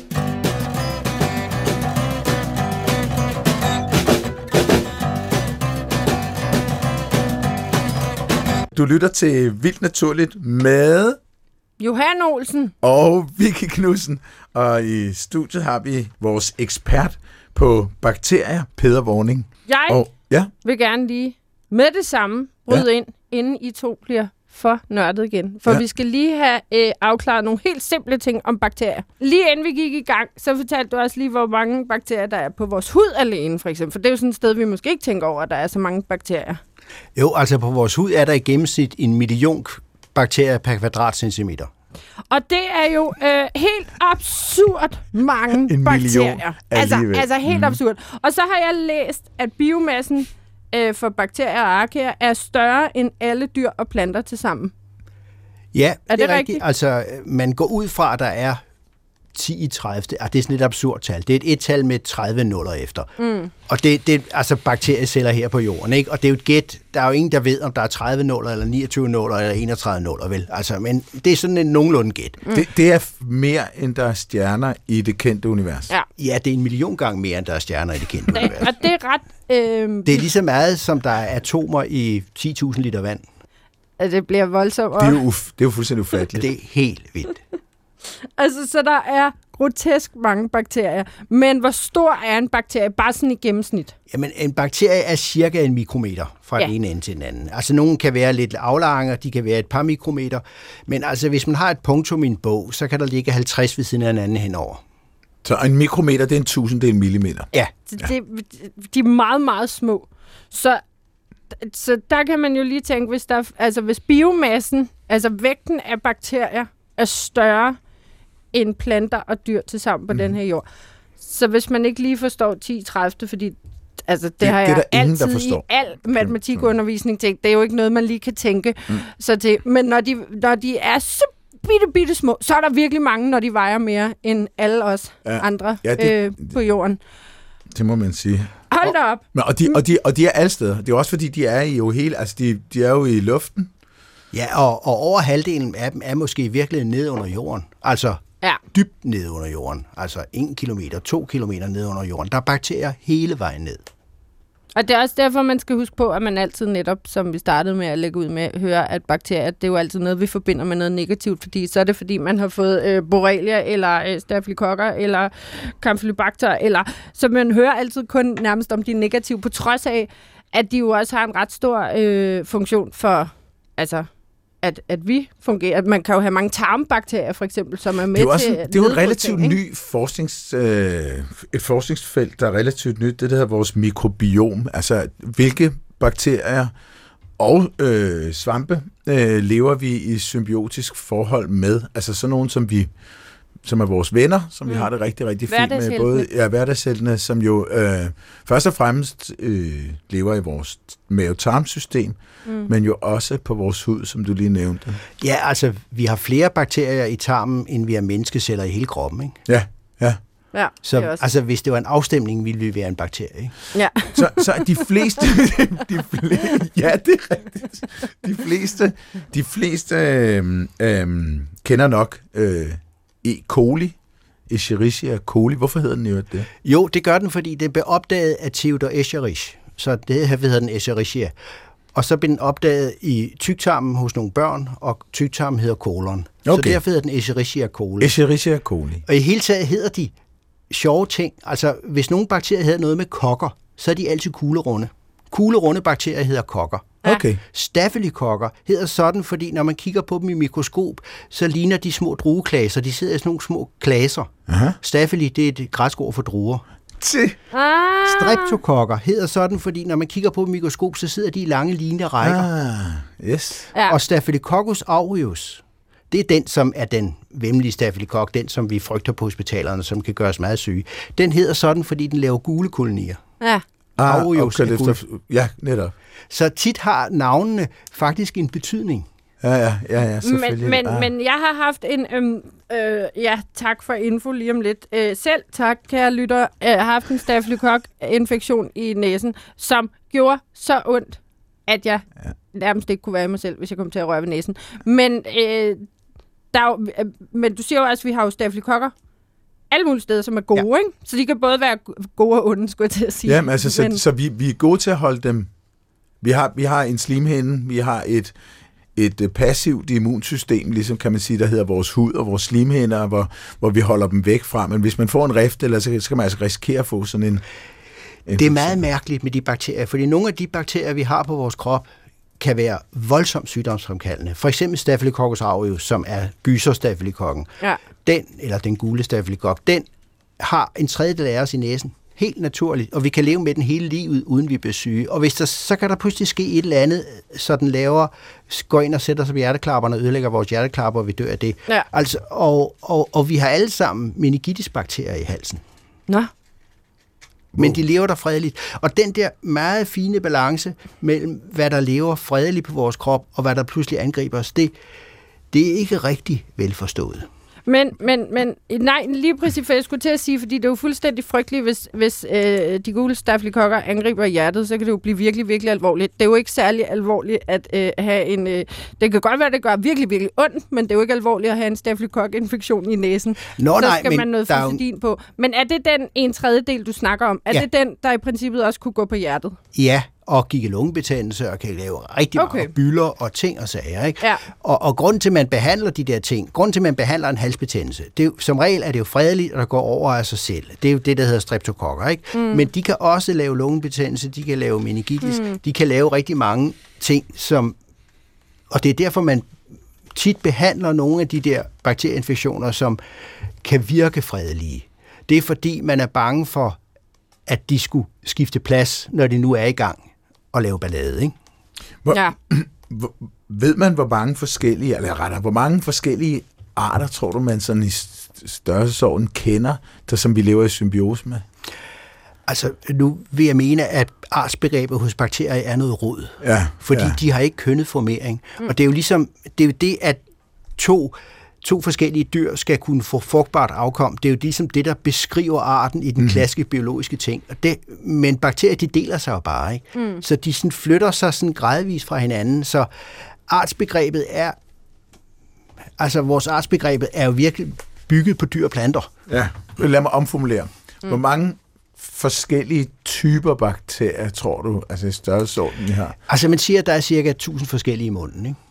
Du lytter til Vildt Naturligt med Johan Olsen. og Vicky Knudsen. Og i studiet har vi vores ekspert på bakterier, Peder Worning. Jeg Og ja, vil gerne lige med det samme bryde ja. ind, inden I to bliver for nørdet igen. For Ja. ja. vi skal lige have øh, afklaret nogle helt simple ting om bakterier. Lige inden vi gik i gang, så fortalte du også lige, hvor mange bakterier der er på vores hud alene, for eksempel. For det er jo sådan et sted, vi måske ikke tænker over, at der er så mange bakterier. Jo, altså på vores hud er der i gennemsnit en million bakterier per kvadratcentimeter. Og det er jo øh, helt absurd mange En bakterier. million Altså, alligevel. altså helt Mhm. mm. absurd. Og så har jeg læst, at biomassen øh, for bakterier og arkeer er større end alle dyr og planter til sammen. Ja, Er det er det rigtigt. rigtigt? Altså, man går ud fra, at der er ti i tredive. Ah, det er sådan et absurd tal. Det er et et-tal med tredive nuller efter. Mm. Og det, det er altså bakterieceller her på jorden, ikke? Og det er jo et gæt. Der er jo ingen, der ved, om der er tredive nuller, eller niogtyve nuller, eller enogtredive nuller, vel? Altså, men det er sådan en nogenlunde gæt. Mm. det, det er mere, end der er stjerner i det kendte univers. Ja. Ja, det er en million gange mere, end der er stjerner i det kendte Det, univers. og det er ret... Øh, Det er lige så meget, som der er atomer i ti tusind liter vand. at det bliver voldsomt. Det er jo, uf, det er jo fuldstændig ufatteligt. Det er helt vildt. Altså, så der er grotesk mange bakterier. Men hvor stor er en bakterie? Bare sådan i gennemsnit. Jamen, en bakterie er cirka en mikrometer fra Ja. den ene ende til den anden. Altså, nogle kan være lidt aflange, de kan være et par mikrometer. Men altså, hvis man har et punktum i en bog, så kan der ligge halvtreds ved siden af en anden henover. Så en mikrometer, det er en tusindedel millimeter. Ja, Så det, de er meget, meget små. Så, så der kan man jo lige tænke, hvis, der, altså, hvis biomassen, altså vægten af bakterier, er større end planter og dyr til sammen på mm. den her jord. Så hvis man ikke lige forstår ti tredive, fordi altså, det, Det- har det er jeg der ingen, der altid i forstår. al matematikundervisning tænkt, det er jo ikke noget, man lige kan tænke mm. så til. Men når de, når de er så bitte, bitte små, så er der virkelig mange, når de vejer mere end alle os Ja. andre Ja, det- øh, på jorden. Det må man sige. Hold da op. Men, og, de, og, de, og de er alle steder. Det er også fordi, de er i jo hele, altså de, de er jo i luften. ja og, og over halvdelen af dem er måske virkelig nede under jorden. Altså Ja. dybt nede under jorden. Altså en kilometer, to kilometer nede under jorden. Der er bakterier hele vejen ned. Og det er også derfor, man skal huske på, at man altid netop, som vi startede med at lægge ud med, hører, at bakterier, det er jo altid noget, vi forbinder med noget negativt, fordi så er det, fordi man har fået øh, borrelia, eller øh, staphylokokker, eller campylobacter, eller så man hører altid kun nærmest om de negative, på trods af, at de jo også har en ret stor øh, funktion for, altså, at, at vi fungerer. Man kan jo have mange tarmbakterier, for eksempel, som er med Det er jo, også, til en- det er jo en nedbrydning, relativt ikke? ny forsknings, øh, et forskningsfelt, der er relativt nyt. Det der hedder vores mikrobiom. Altså, hvilke bakterier og øh, svampe øh, lever vi i symbiotisk forhold med? Altså sådan nogle, som vi som er vores venner, som mm. vi har det rigtig, rigtig fint med. Hverdagsheltene. Både ja, hverdagsheltene, som jo øh, først og fremmest øh, lever i vores mave-tarmsystem, mm. men jo også på vores hud, som du lige nævnte. Ja, altså, vi har flere bakterier i tarmen, end vi har menneskeceller i hele kroppen, ikke? Ja, ja. Ja, Så det er også. altså, hvis det var en afstemning, ville vi være en bakterie, ikke? Ja. Så, så er de fleste, de fleste, ja, det er rigtigt. De fleste, de fleste øh, øh, kender nok øh, E. coli, Escherichia coli. Hvorfor hedder den jo det? Jo, det gør den, fordi det blev opdaget af Theodor Escherich. Så det her hedder den Escherichia. Og så blev den opdaget i tyktarmen hos nogle børn, og tyktarmen hedder kolon. Så Okay. derfor hedder den Escherichia coli. Escherichia coli. Og i hele taget hedder de sjove ting. Altså, hvis nogle bakterier hedder noget med kokker, så er de altid kuglerunde. Kuglerunde bakterier hedder kokker. Okay. Staphylokokker hedder sådan, fordi når man kigger på dem i mikroskop, så ligner de små drueklaser. De sidder i sådan nogle små klaser. Aha. Staphyli, det er et græsk ord for druer. Til. Ah. Streptokokker hedder sådan, fordi når man kigger på dem i mikroskop, så sidder de i lange lignende rækker. Ah, yes. Ja. Og Staphylococcus aureus Det er den, som er den væmmelige stafylokok, den, som vi frygter på hospitalerne, som kan gøre os meget syge. Den hedder sådan, fordi den laver gule kolonier. Ja. Ah, okay, efter, ja, netop. Så tit har navnene faktisk en betydning. Ja, ja, ja, ja selvfølgelig. Men, men, ah. men jeg har haft en... Øhm, øh, ja, tak for info lige om lidt. Øh, selv tak, kære lytter. Øh, jeg har haft en stafylokok-infektion i næsen, som gjorde så ondt, at jeg ja. nærmest ikke kunne være i mig selv, hvis jeg kom til at røre ved næsen. Men, øh, der er jo, øh, men du siger jo også, at vi har jo stafylokokker alle mulige steder, som er gode, ja. ikke? Så de kan både være gode og onde, skulle jeg til at sige. Jamen, altså, men... så, så vi, vi er gode til at holde dem... Vi har, vi har en slimhinde, vi har et, et passivt immunsystem, ligesom kan man sige, der hedder vores hud og vores slimhinder, hvor, hvor vi holder dem væk fra. Men hvis man får en rift, eller så, så kan man altså risikere at få sådan en... en det er meget mærkeligt med de bakterier, fordi nogle af de bakterier, vi har på vores krop, kan være voldsomt sygdomsfremkaldende. For eksempel Staphylococcus aureus, som er gyserstafylokokken. Ja. Den, eller den gule stafylokok, den har en tredjedel af os i næsen. Helt naturligt, og vi kan leve med den hele livet, uden vi bliver syge. Og hvis der, så kan der pludselig ske et eller andet, så den laver, går ind og sætter sig på hjerteklapperne og ødelægger vores hjerteklapper, og vi dør af det. Ja. Altså, og, og, og vi har alle sammen meningitis-bakterier i halsen. Nå. Men de lever der fredeligt. Og den der meget fine balance mellem, hvad der lever fredeligt på vores krop, og hvad der pludselig angriber os, det, det er ikke rigtig velforstået. Men, men, men nej, lige præcis, for jeg skulle til at sige, fordi det er jo fuldstændig frygteligt, hvis, hvis øh, de gule stafylokokker angriber hjertet, så kan det jo blive virkelig, virkelig alvorligt. Det er jo ikke særlig alvorligt at øh, have en... Øh, det kan godt være, at det gør virkelig, virkelig ondt, men det er jo ikke alvorligt at have en stafylokok-infektion i næsen. Nå, så nej, skal man noget fluoxetin på. Men er det den en tredjedel, du snakker om? Er ja. det den, der i princippet også kunne gå på hjertet? Ja, og gik i lungebetændelse og kan lave rigtig okay. mange bylder og ting og sager. Ikke? Ja. Og, og grunden til, at man behandler de der ting, grunden til, at man behandler en halsbetændelse, det er jo, som regel er det jo fredeligt, og der går over af sig selv. Det er jo det, der hedder streptokokker. Ikke? Mm. Men de kan også lave lungebetændelse, de kan lave meningitis, mm. de kan lave rigtig mange ting, som... Og det er derfor, man tit behandler nogle af de der bakterieinfektioner, som kan virke fredelige. Det er fordi, man er bange for, at de skulle skifte plads, når de nu er i gang og lave ballade, ikke? Hvor, ja. Ved man, hvor mange forskellige, eller rettere, hvor mange forskellige arter, tror du, man sådan i størrelsesorden kender, der som vi lever i symbiose med? Altså, nu vil jeg mene, at artsbegrebet hos bakterier er noget rod. Ja, fordi ja. de har ikke kønnet formering. Mm. Og det er jo ligesom, det er jo det, at to To forskellige dyr skal kunne få frugtbart afkom. Det er jo ligesom det, der beskriver arten i den mm. klassiske biologiske ting. Og det, men bakterier, de deler sig jo bare, ikke? Mm. Så de sådan flytter sig sådan gradvist fra hinanden. Så artsbegrebet er... Altså, vores artsbegrebet er jo virkelig bygget på dyr og planter. Ja, lad mig omformulere. Mm. Hvor mange forskellige typer bakterier, tror du, altså i størrelsesorden, vi har? Altså, man siger, at der er cirka tusind forskellige i munden, ikke?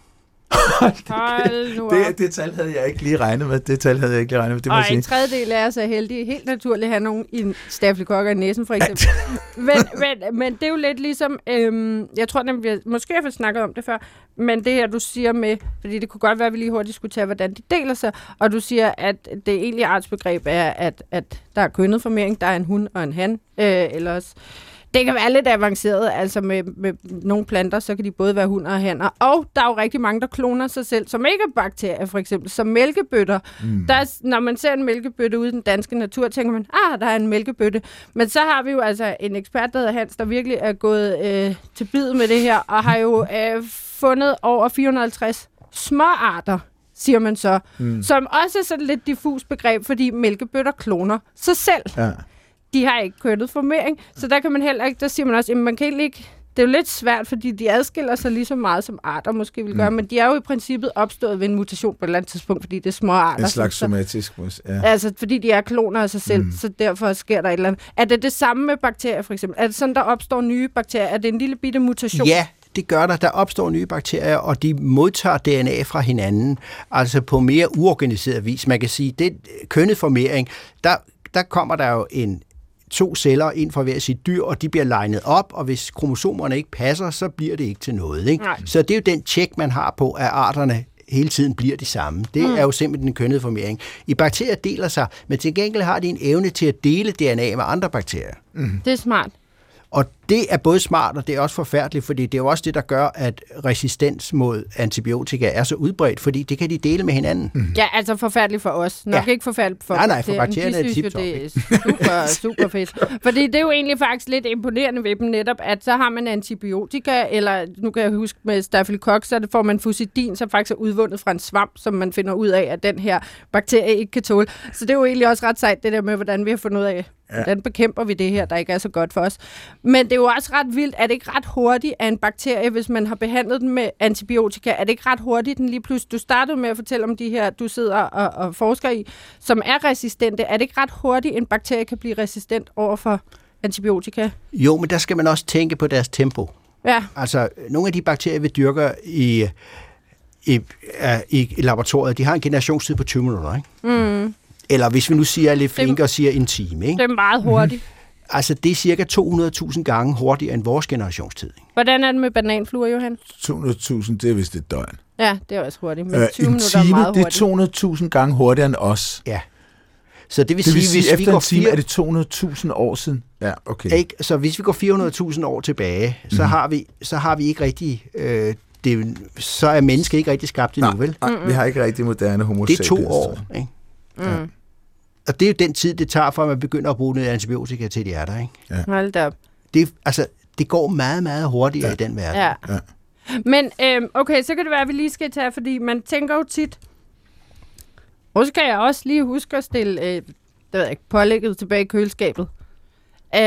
det, det, det tal havde jeg ikke lige regnet med. Det tal havde jeg ikke lige regnet med. Det må og jeg sige. En tredjedel er så heldig. Helt naturligt at have nogen i en stafylokokker i næsen, for eksempel. men, men, men det er jo lidt ligesom... Øhm, jeg tror nemlig, vi måske har fået snakket om det før, men det her, du siger med... Fordi det kunne godt være, at vi lige hurtigt skulle tage, hvordan de deler sig. Og du siger, at det egentlige artsbegreb er, at, at der er kønnet formering. Der er en hun og en han. Øh, eller også... Det kan være lidt avanceret, altså med, med nogle planter, så kan de både være hunder og hanner. Og der er jo rigtig mange, der kloner sig selv, som ikke er bakterier, for eksempel, som mælkebøtter. Mm. Der er, når man ser en mælkebøtte ude i den danske natur, tænker man, ah, der er en mælkebøtte. Men så har vi jo altså en ekspert, der hedder Hans, der virkelig er gået øh, til bid med det her, og har jo øh, fundet over fire hundrede og halvtreds småarter, siger man så, mm. som også er sådan lidt diffus begreb, fordi mælkebøtter kloner sig selv. Ja. De har ikke kønnet formering, så der kan man heller ikke, der siger man også, at man kan ikke, det er jo lidt svært, fordi de adskiller sig lige så meget, som arter måske vil gøre, mm. men de er jo i princippet opstået ved en mutation på et eller andet tidspunkt, fordi det er små arter. En slags somatisk, ja. Altså, fordi de er kloner af sig selv, mm. så derfor sker der et eller andet. Er det det samme med bakterier, for eksempel? Er det sådan, der opstår nye bakterier? Er det en lille bitte mutation? Ja, det gør der. Der opstår nye bakterier, og de modtager D N A fra hinanden, altså på mere uorganiseret vis. Man kan sige, det kønnet formering, der, der kommer der jo en to celler ind fra hver sit dyr, og de bliver legnet op, og hvis kromosomerne ikke passer, så bliver det ikke til noget. Ikke? Så det er jo den tjek, man har på, at arterne hele tiden bliver de samme. Det mm. er jo simpelthen en kønnet formering. I bakterier deler sig, men til gengæld har de en evne til at dele D N A med andre bakterier. Mm. Det er smart. Og det er både smart, og det er også forfærdeligt, fordi det er jo også det, der gør, at resistens mod antibiotika er så udbredt, fordi det kan de dele med hinanden. Mm. Ja, altså forfærdeligt for os. Nok ja. ikke forfærdeligt for nej, nej, for bakterierne er det tip-top. Det er super, super fedt. Fordi det er jo egentlig faktisk lidt imponerende ved dem netop, at så har man antibiotika, eller nu kan jeg huske med Staphylococcus, så får man fusidin, som faktisk er udvundet fra en svamp, som man finder ud af, at den her bakterie ikke kan tåle. Så det er jo egentlig også ret sejt, det der med, hvordan vi har fundet ud af, ja. hvordan bekæmper vi det her, der ikke er så godt for os. Men det er jo også ret vildt, er det ikke ret hurtigt, at en bakterie, hvis man har behandlet den med antibiotika, er det ikke ret hurtigt, den lige pludselig, du startede med at fortælle om de her, du sidder og, og forsker i, som er resistente, er det ikke ret hurtigt, en bakterie kan blive resistent over for antibiotika? Jo, men der skal man også tænke på deres tempo. Ja. Altså, nogle af de bakterier, vi dyrker i, i, i, i laboratoriet, de har en generationstid på tyve minutter, ikke? Mm. Eller hvis vi nu siger lidt flinke og siger en time, ikke? Det er meget hurtigt. Mm-hmm. Altså, det er cirka to hundrede tusind gange hurtigere end vores generationstid. Hvordan er det med bananfluer, Johan? to hundrede tusind, det er vist et døgn. Ja, det er også hurtigt. Men øh, tyve en minutter time, er meget hurtigt. Det er to hundrede tusind gange hurtigere end os. Ja. Så det vil, det vil sige, sige, hvis efter vi går en time fire... er det to hundrede tusind år siden. Ja, okay. Ikke? Så hvis vi går fire hundrede tusind år tilbage, mm. så, har vi, så har vi ikke rigtig... Øh, det, så er mennesket ikke rigtig skabt endnu, nej, vel? Nej, vi har ikke rigtig moderne homo sapiens. Det er to år, ikke? Mm. Ja. Og det er jo den tid, det tager, for at man begynder at bruge noget antibiotika til de er der, ikke? Ja. Hold da op. Det, altså, det går meget, meget hurtigere ja. i den verden. Ja. Ja. Men øhm, okay, så kan det være, at vi lige skal tage, fordi man tænker jo tit, og så kan jeg også lige huske at stille, øh, det ved jeg ikke, pålægget tilbage i køleskabet. Øh,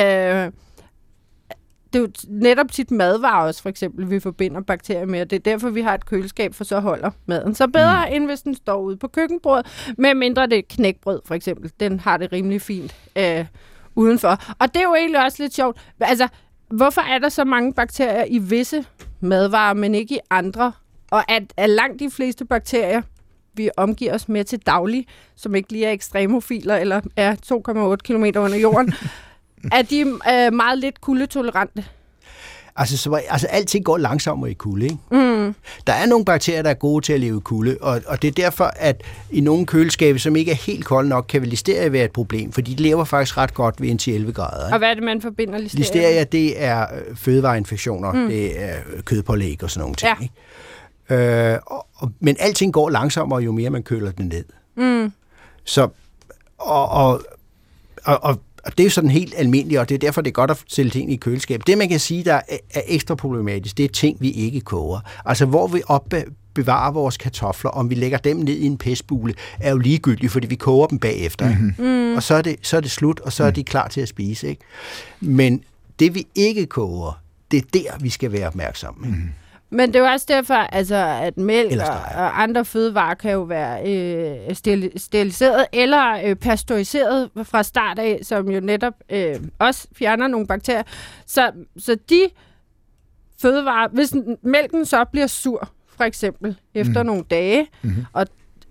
det er jo netop tit madvarer også, for eksempel, vi forbinder bakterier med, og det er derfor, vi har et køleskab, for så holder maden så bedre, mm. end hvis den står ude på køkkenbordet, med mindre det er knækbrød, for eksempel. Den har det rimelig fint øh, udenfor. Og det er jo egentlig også lidt sjovt. Altså, hvorfor er der så mange bakterier i visse madvarer, men ikke i andre? Og at, at langt de fleste bakterier, vi omgiver os med til daglig, som ikke lige er ekstremofiler, eller er to komma otte kilometer under jorden, er de øh, meget lidt kuldetolerante? Altså, så, altså, alting går langsommere i kulde, ikke? Mm. Der er nogle bakterier, der er gode til at leve i kulde, og, og det er derfor, at i nogle køleskabe, som ikke er helt kolde nok, kan listeria være et problem, fordi de lever faktisk ret godt ved en til elleve grader. Ikke? Og hvad er det, man forbinder listeria? Listeria, det er fødevareinfektioner, mm. det er kødpålæg og sådan nogle ting, ja. ikke? Øh, og, og, men alting går langsommere, jo mere man køler den ned. Mm. Så, og, og, og, og Og det er jo sådan helt almindeligt, og det er derfor, det er godt at sætte ting i køleskab. Det, man kan sige, der er ekstra problematisk, det er ting, vi ikke koger. Altså, hvor vi opbevarer vores kartofler, om vi lægger dem ned i en pestbule, er jo ligegyldigt, fordi vi koger dem bagefter. Mm-hmm. Mm. Og så er, det, så er det slut, og så er de klar til at spise. Ikke? Men det, vi ikke koger, det er der, vi skal være opmærksomme. Mm-hmm. Men det er jo også derfor, altså, at mælk og, og andre fødevarer kan jo være øh, steriliseret eller øh, pasteuriseret fra start af, som jo netop øh, også fjerner nogle bakterier. Så, så de fødevarer, hvis mælken så bliver sur, for eksempel, efter mm. nogle dage, mm-hmm. og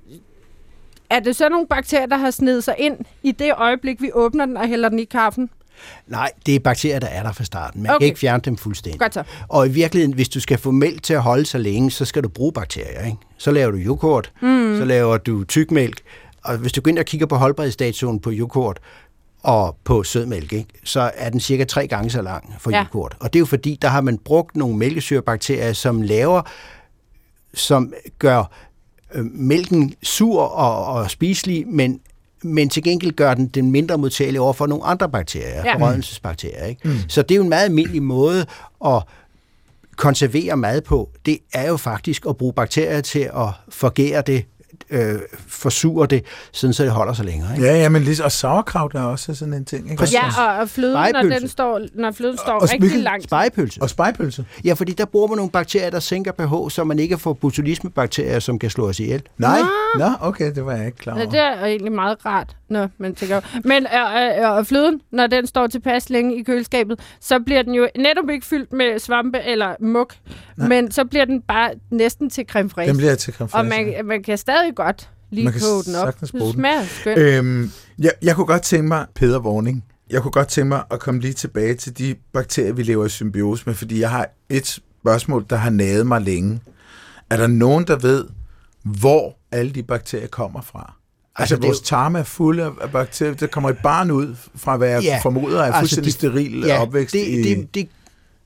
er det så nogle bakterier, der har snedet sig ind i det øjeblik, vi åbner den og hælder den i kaffen? Nej, det er bakterier, der er der fra starten. Man okay. kan ikke fjerne dem fuldstændig. Godt så. Og i virkeligheden, hvis du skal få mælk til at holde sig længe, så skal du bruge bakterier. Ikke? Så laver du yoghurt, mm. så laver du tykmælk. Og hvis du går ind og kigger på holdbarhedsdatoen på yoghurt og på sødmælk, ikke, så er den cirka tre gange så lang for ja. yoghurt. Og det er jo fordi, der har man brugt nogle mælkesyrebakterier, som laver, som gør øh, mælken sur og, og spiselig, men men til gengæld gør den den mindre modtagelig over for nogle andre bakterier, ja. forrådnelsesbakterier. Ikke? Mm. Så det er jo en meget almindelig måde at konservere mad på. Det er jo faktisk at bruge bakterier til at forgære det, øh, forsure det, sådan så det holder sig længere. Ikke? Ja, ja, men lige, og sauerkraut er også sådan en ting. Ikke? Ja, og, og fløden, når, den står, når fløden står og, rigtig langt. Spegepølse. Og spegepølse. Ja, fordi der bruger man nogle bakterier, der sænker pH, så man ikke får botulismebakterier, som kan slå os ihjel. Nej, nå, okay, det var jeg ikke klar over. Ja, det er egentlig meget rart, når man tænker. Men øh, øh, fløden, når den står tilpas længe i køleskabet, så bliver den jo netop ikke fyldt med svampe eller muk, Nej. men så bliver den bare næsten til creme fraiche. Den bliver til creme fraiche. Og man, man kan stadig godt lige koge den op. Det smager skønt. Øhm, jeg, jeg kunne godt tænke mig, Peder Worning, jeg kunne godt tænke mig at komme lige tilbage til de bakterier, vi lever i symbiose med, fordi jeg har et spørgsmål, der har naget mig længe. Er der nogen, der ved, hvor alle de bakterier kommer fra? Altså, altså vores tarme er fuld af bakterier. Der kommer et barn ud fra, hvad jeg ja, formoder er fuldstændig altså steril ja, opvækst det, i... Det, det,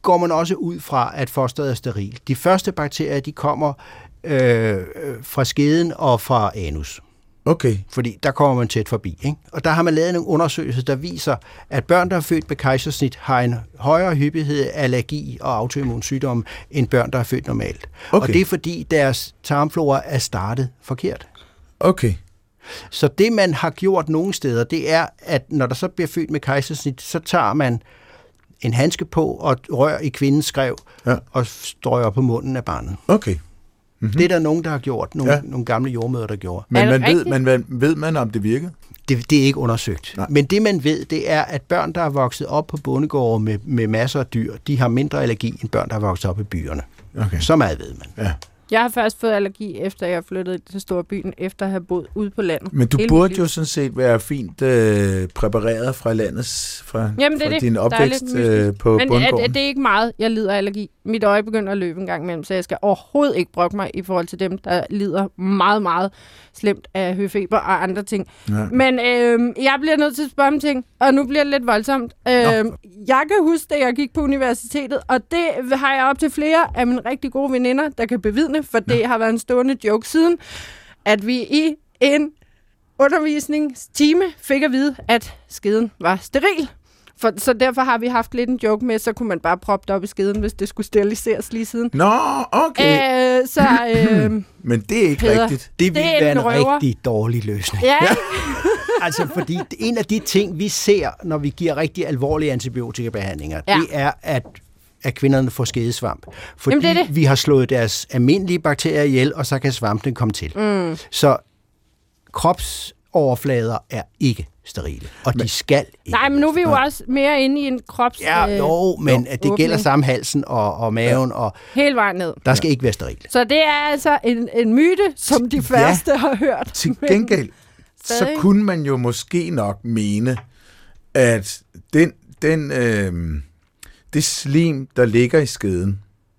går man også ud fra, at fosteret er steril. De første bakterier, de kommer øh, fra skeden og fra anus. Okay. Fordi der kommer man tæt forbi. Ikke? Og der har man lavet nogle undersøgelser, der viser, at børn, der er født med kejsersnit, har en højere hyppighed af allergi og autoimmunsygdomme, end børn, der er født normalt. Okay. Og det er fordi, deres tarmflora er startet forkert. Okay. Så det, man har gjort nogle steder, det er, at når der så bliver født med kejsersnit, så tager man en handske på og rører i kvindens skrev ja. og strøger på munden af barnet. Okay. Mm-hmm. Det er der nogen, der har gjort. Nogle, ja. nogle gamle jordmødre, der gjorde. Men man ved, man, man, ved man, om det virkede? Det, det er ikke undersøgt. Nej. Men det, man ved, det er, at børn, der er vokset op på bondegårde med, med masser af dyr, de har mindre allergi, end børn, der er vokset op i byerne. Okay. Så meget ved man. Ja. Jeg har først fået allergi, efter jeg flyttede til storbyen, efter at have boet ude på landet. Men du Hele burde jo sådan set være fint øh, præpareret fra landets, fra, Jamen, det fra det. din opvækst øh, på Men bundgården. det, det er ikke meget, jeg lider af allergi. Mit øje begynder at løbe en gang imellem, så jeg skal overhovedet ikke brokke mig i forhold til dem, der lider meget, meget slemt af høfeber og andre ting. Ja. Men øh, jeg bliver nødt til at spørge om ting, og nu bliver det lidt voldsomt. Øh, jeg kan huske, da jeg gik på universitetet, og det har jeg op til flere af mine rigtig gode veninder, der kan bevidne, for det ja. har været en stående joke siden, at vi i en undervisningstime fik at vide, at skeden var steril. For, så derfor har vi haft lidt en joke med, så kunne man bare proppe det op i skeden, hvis det skulle steriliseres lige siden. Nå, okay. Øh, så, øh, Men det er ikke Peder, rigtigt. Det ville det være en en røver. rigtig dårlig løsning. Ja. Altså, fordi en af de ting, vi ser, når vi giver rigtig alvorlige antibiotikabehandlinger, Ja. det er, at at kvinderne får skedesvamp. Fordi Jamen, det er det. vi har slået deres almindelige bakterier ihjel, og så kan svampene komme til. Mm. Så kropsoverflader er ikke sterile, og men, de skal ikke. Nej, men nu er vi jo også mere inde i en krops... Ja, jo, men øh, det gælder åbning. samme halsen og, og maven, ja. og hele vejen ned. der skal ja. ikke være sterile. Så det er altså en, en myte, som de færreste ja. har hørt. Til gengæld, så Stadig. kunne man jo måske nok mene, at den, den, øh, det slim, der ligger i skeden,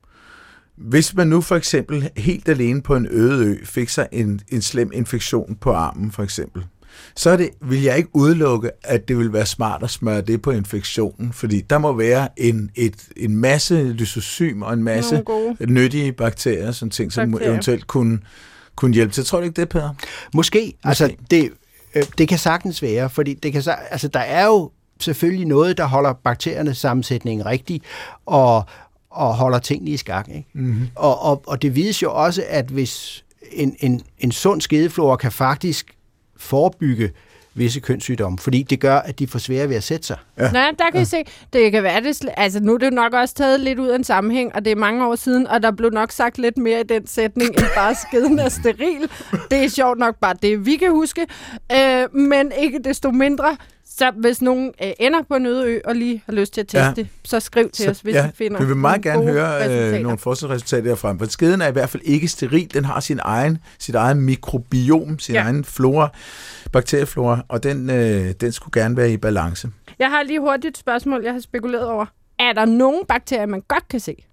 hvis man nu for eksempel helt alene på en øde ø fik sig en, en slem infektion på armen for eksempel, så er det, vil jeg ikke udelukke, at det vil være smart at smøre det på infektionen, fordi der må være en, et, en masse lysosym og en masse nyttige bakterier, sådan ting, som bakterier. eventuelt kunne, kunne hjælpe til. Tror du ikke det, Peder? Måske. Måske. Altså, det, øh, det kan sagtens være, fordi det kan, altså, der er jo selvfølgelig noget, der holder bakteriernes sammensætning rigtig, og og holder tingene i skak. Ikke? Mm-hmm. Og, og, og det vides jo også, at hvis en, en, en sund skedeflora kan faktisk forebygge visse kønssygdomme, fordi det gør, at de får svære ved at sætte sig. Ja. Nej, der kan ja. I se, det kan være det, altså nu er det nok også taget lidt ud af en sammenhæng, og det er mange år siden, og der blev nok sagt lidt mere i den sætning, end bare skeden er steril. Det er sjovt nok bare det, vi kan huske, øh, men ikke desto mindre. Så hvis nogen øh, ender på en øde ø og lige har lyst til at teste ja. det, så skriv til så, os, hvis ja, I finder vi vil meget gerne høre øh, nogle forskningsresultater derfra. For skeden er i hvert fald ikke steril. Den har sin egen, sit eget mikrobiom, sin ja. egen flora, bakterieflora, og den, øh, den skulle gerne være i balance. Jeg har lige hurtigt et spørgsmål, jeg har spekuleret over. Er der nogen bakterier, man godt kan se?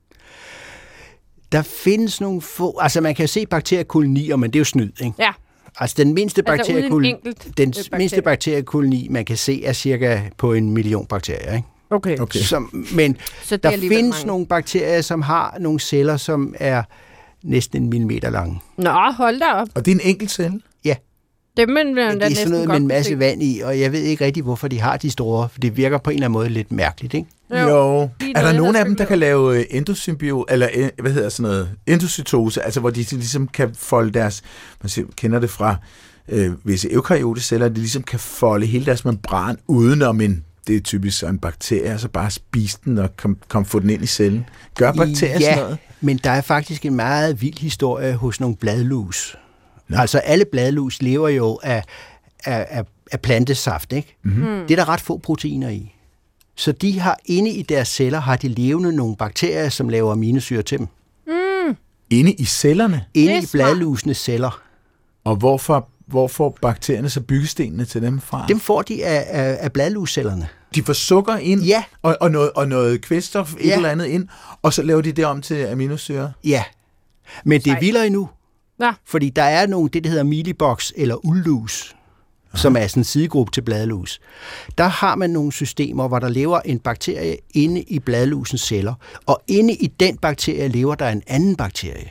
Der findes nogle få... Altså, man kan se bakteriekolonier, men det er jo snyd, ikke? Ja. Altså, den mindste, altså, bakteriekoloni, den bakterie. mindste bakteriekoloni, man kan se, er cirka på en million bakterier, ikke? Okay. okay. Som, men så der findes mange. nogle bakterier, som har nogle celler, som er næsten en millimeter lange. Nå, hold da op. Og det er en enkelt celle? Ja. Det, man, det er sådan noget med en masse vand i, og jeg ved ikke rigtig, hvorfor de har de store, for det virker på en eller anden måde lidt mærkeligt, ikke? Jo. jo. Er der nogen af dem, der kan lave endosymbiose, eller hvad hedder sådan noget, endocytose, altså hvor de ligesom kan folde deres, man kender det fra øh, visse eukaryote-celler, de ligesom kan folde hele deres membran udenom en, det er typisk en bakterie, så bare spise den og kom, kom få den ind i cellen. Gør bakterier ja, sådan noget? Men der er faktisk en meget vild historie hos nogle bladlus. Ja. Altså alle bladlus lever jo af, af, af, af plantesaft, ikke? Mm-hmm. Det er der ret få proteiner i. Så de har inde i deres celler, har de levende nogle bakterier, som laver aminosyre til dem. Mm. Inde i cellerne? Inde i bladlusenes celler. Og hvorfor, hvor får bakterierne så byggestenene til dem fra? Dem får de af, af, af bladluscellerne. De får sukker ind, ja. og, og, noget, og noget kvælstof, et ja. eller andet ind, og så laver de det om til aminosyre? Ja, men det er vildere endnu. Ja. Fordi der er nogle, det der hedder mealybugs eller uldlus. som er sådan en sidegruppe til bladlus. Der har man nogle systemer, hvor der lever en bakterie inde i bladlusens celler, og inde i den bakterie lever der en anden bakterie.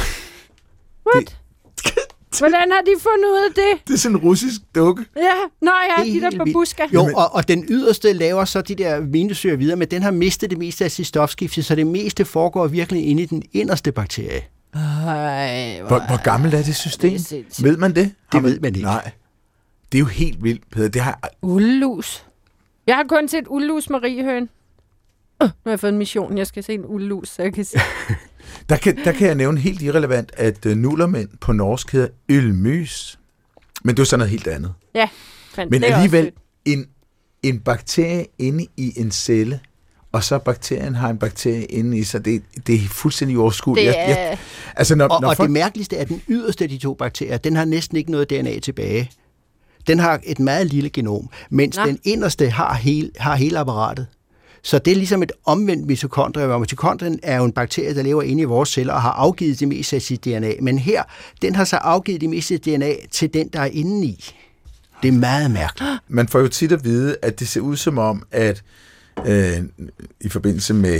What? Hvordan har de fundet ud af det? Det er sådan en russisk dukke. Ja, nå ja, de der babuska. Jo, og, og den yderste laver så de der aminosyrer videre, men den har mistet det meste af sit stofskifte, så det meste foregår virkelig inde i den inderste bakterie. Ej, hvor, hvor, hvor gammelt er det system? Det er ved man det? Det ved man ikke. Nej. Det er jo helt vildt, Peder. Det har... Uldlus. Jeg har kun set uldlus mariehøn. Uh, nu har jeg fået en mission. Jeg skal se en uldlus, så jeg kan se. der, kan, der kan jeg nævne helt irrelevant, at uh, nullermænd på norsk hedder ølmys. Men det er sådan noget helt andet. Ja, men, men det er alligevel en, en bakterie inde i en celle, og så bakterien har en bakterie inde i sig. Det, det er fuldstændig uoverskueligt. Det er... Jeg, jeg, altså når, og når og folk... det mærkeligste er, at den yderste af de to bakterier, den har næsten ikke noget D N A tilbage. Den har et meget lille genom, mens Nå. den inderste har, hel, har hele apparatet. Så det er ligesom et omvendt mitokondrie, hvor mitokondrien er jo en bakterie, der lever inde i vores celler og har afgivet det meste af sit D N A. Men her, den har så afgivet det meste af D N A til den, der er inde i. Det er meget mærkeligt. Man får jo tit at vide, at det ser ud som om, at øh, i forbindelse med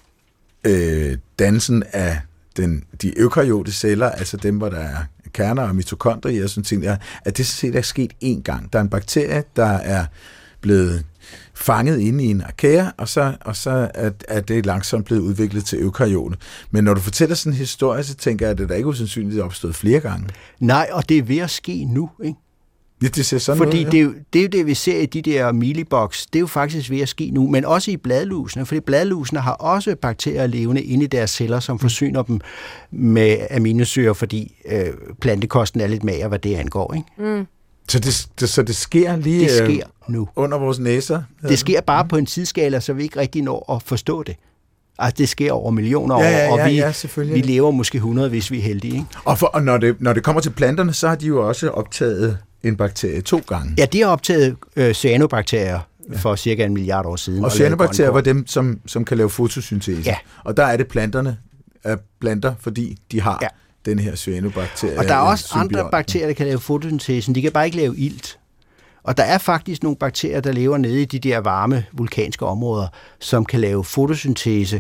øh, dannelsen af den, de eukaryote celler, altså dem, hvor der er kerner og mitokondrier og sådan ting, at det set er sket én gang. Der er en bakterie, der er blevet fanget inde i en arkæa, og så, og så er, er det langsomt blevet udviklet til eukaryote. Men når du fortæller sådan en historie, så tænker jeg, at det er ikke usandsynligt, at det er opstået flere gange. Nej, og det er ved at ske nu, ikke? Ja, det ser sådan fordi ud, ja. det, er jo, det er jo det, vi ser i de der miliboks, det er jo faktisk ved at ske nu, men også i bladlusene, fordi bladlusene har også bakterier levende inde i deres celler, som forsyner dem med aminosyrer, fordi øh, plantekosten er lidt mager, hvad det angår, ikke? Mm. Så det, det, så det sker lige det sker nu. Øh, under vores næser? Det sker bare på en tidsskala, så vi ikke rigtig når at forstå det. Altså, det sker over millioner ja, ja, år, og vi, ja, vi lever måske hundrede, hvis vi er heldige, ikke? Og, for, og når, det, når det kommer til planterne, så har de jo også optaget en bakterie to gange. Ja, de har optaget øh, cyanobakterier ja. for cirka en milliard år siden. Og, og cyanobakterier var dem, som, som kan lave fotosyntese. Ja. Og der er det planterne af planter, fordi de har ja. den her cyanobakterie. Og der er også symbiont. Andre bakterier, der kan lave fotosyntesen. De kan bare ikke lave ilt. Og der er faktisk nogle bakterier, der lever nede i de der varme vulkanske områder, som kan lave fotosyntese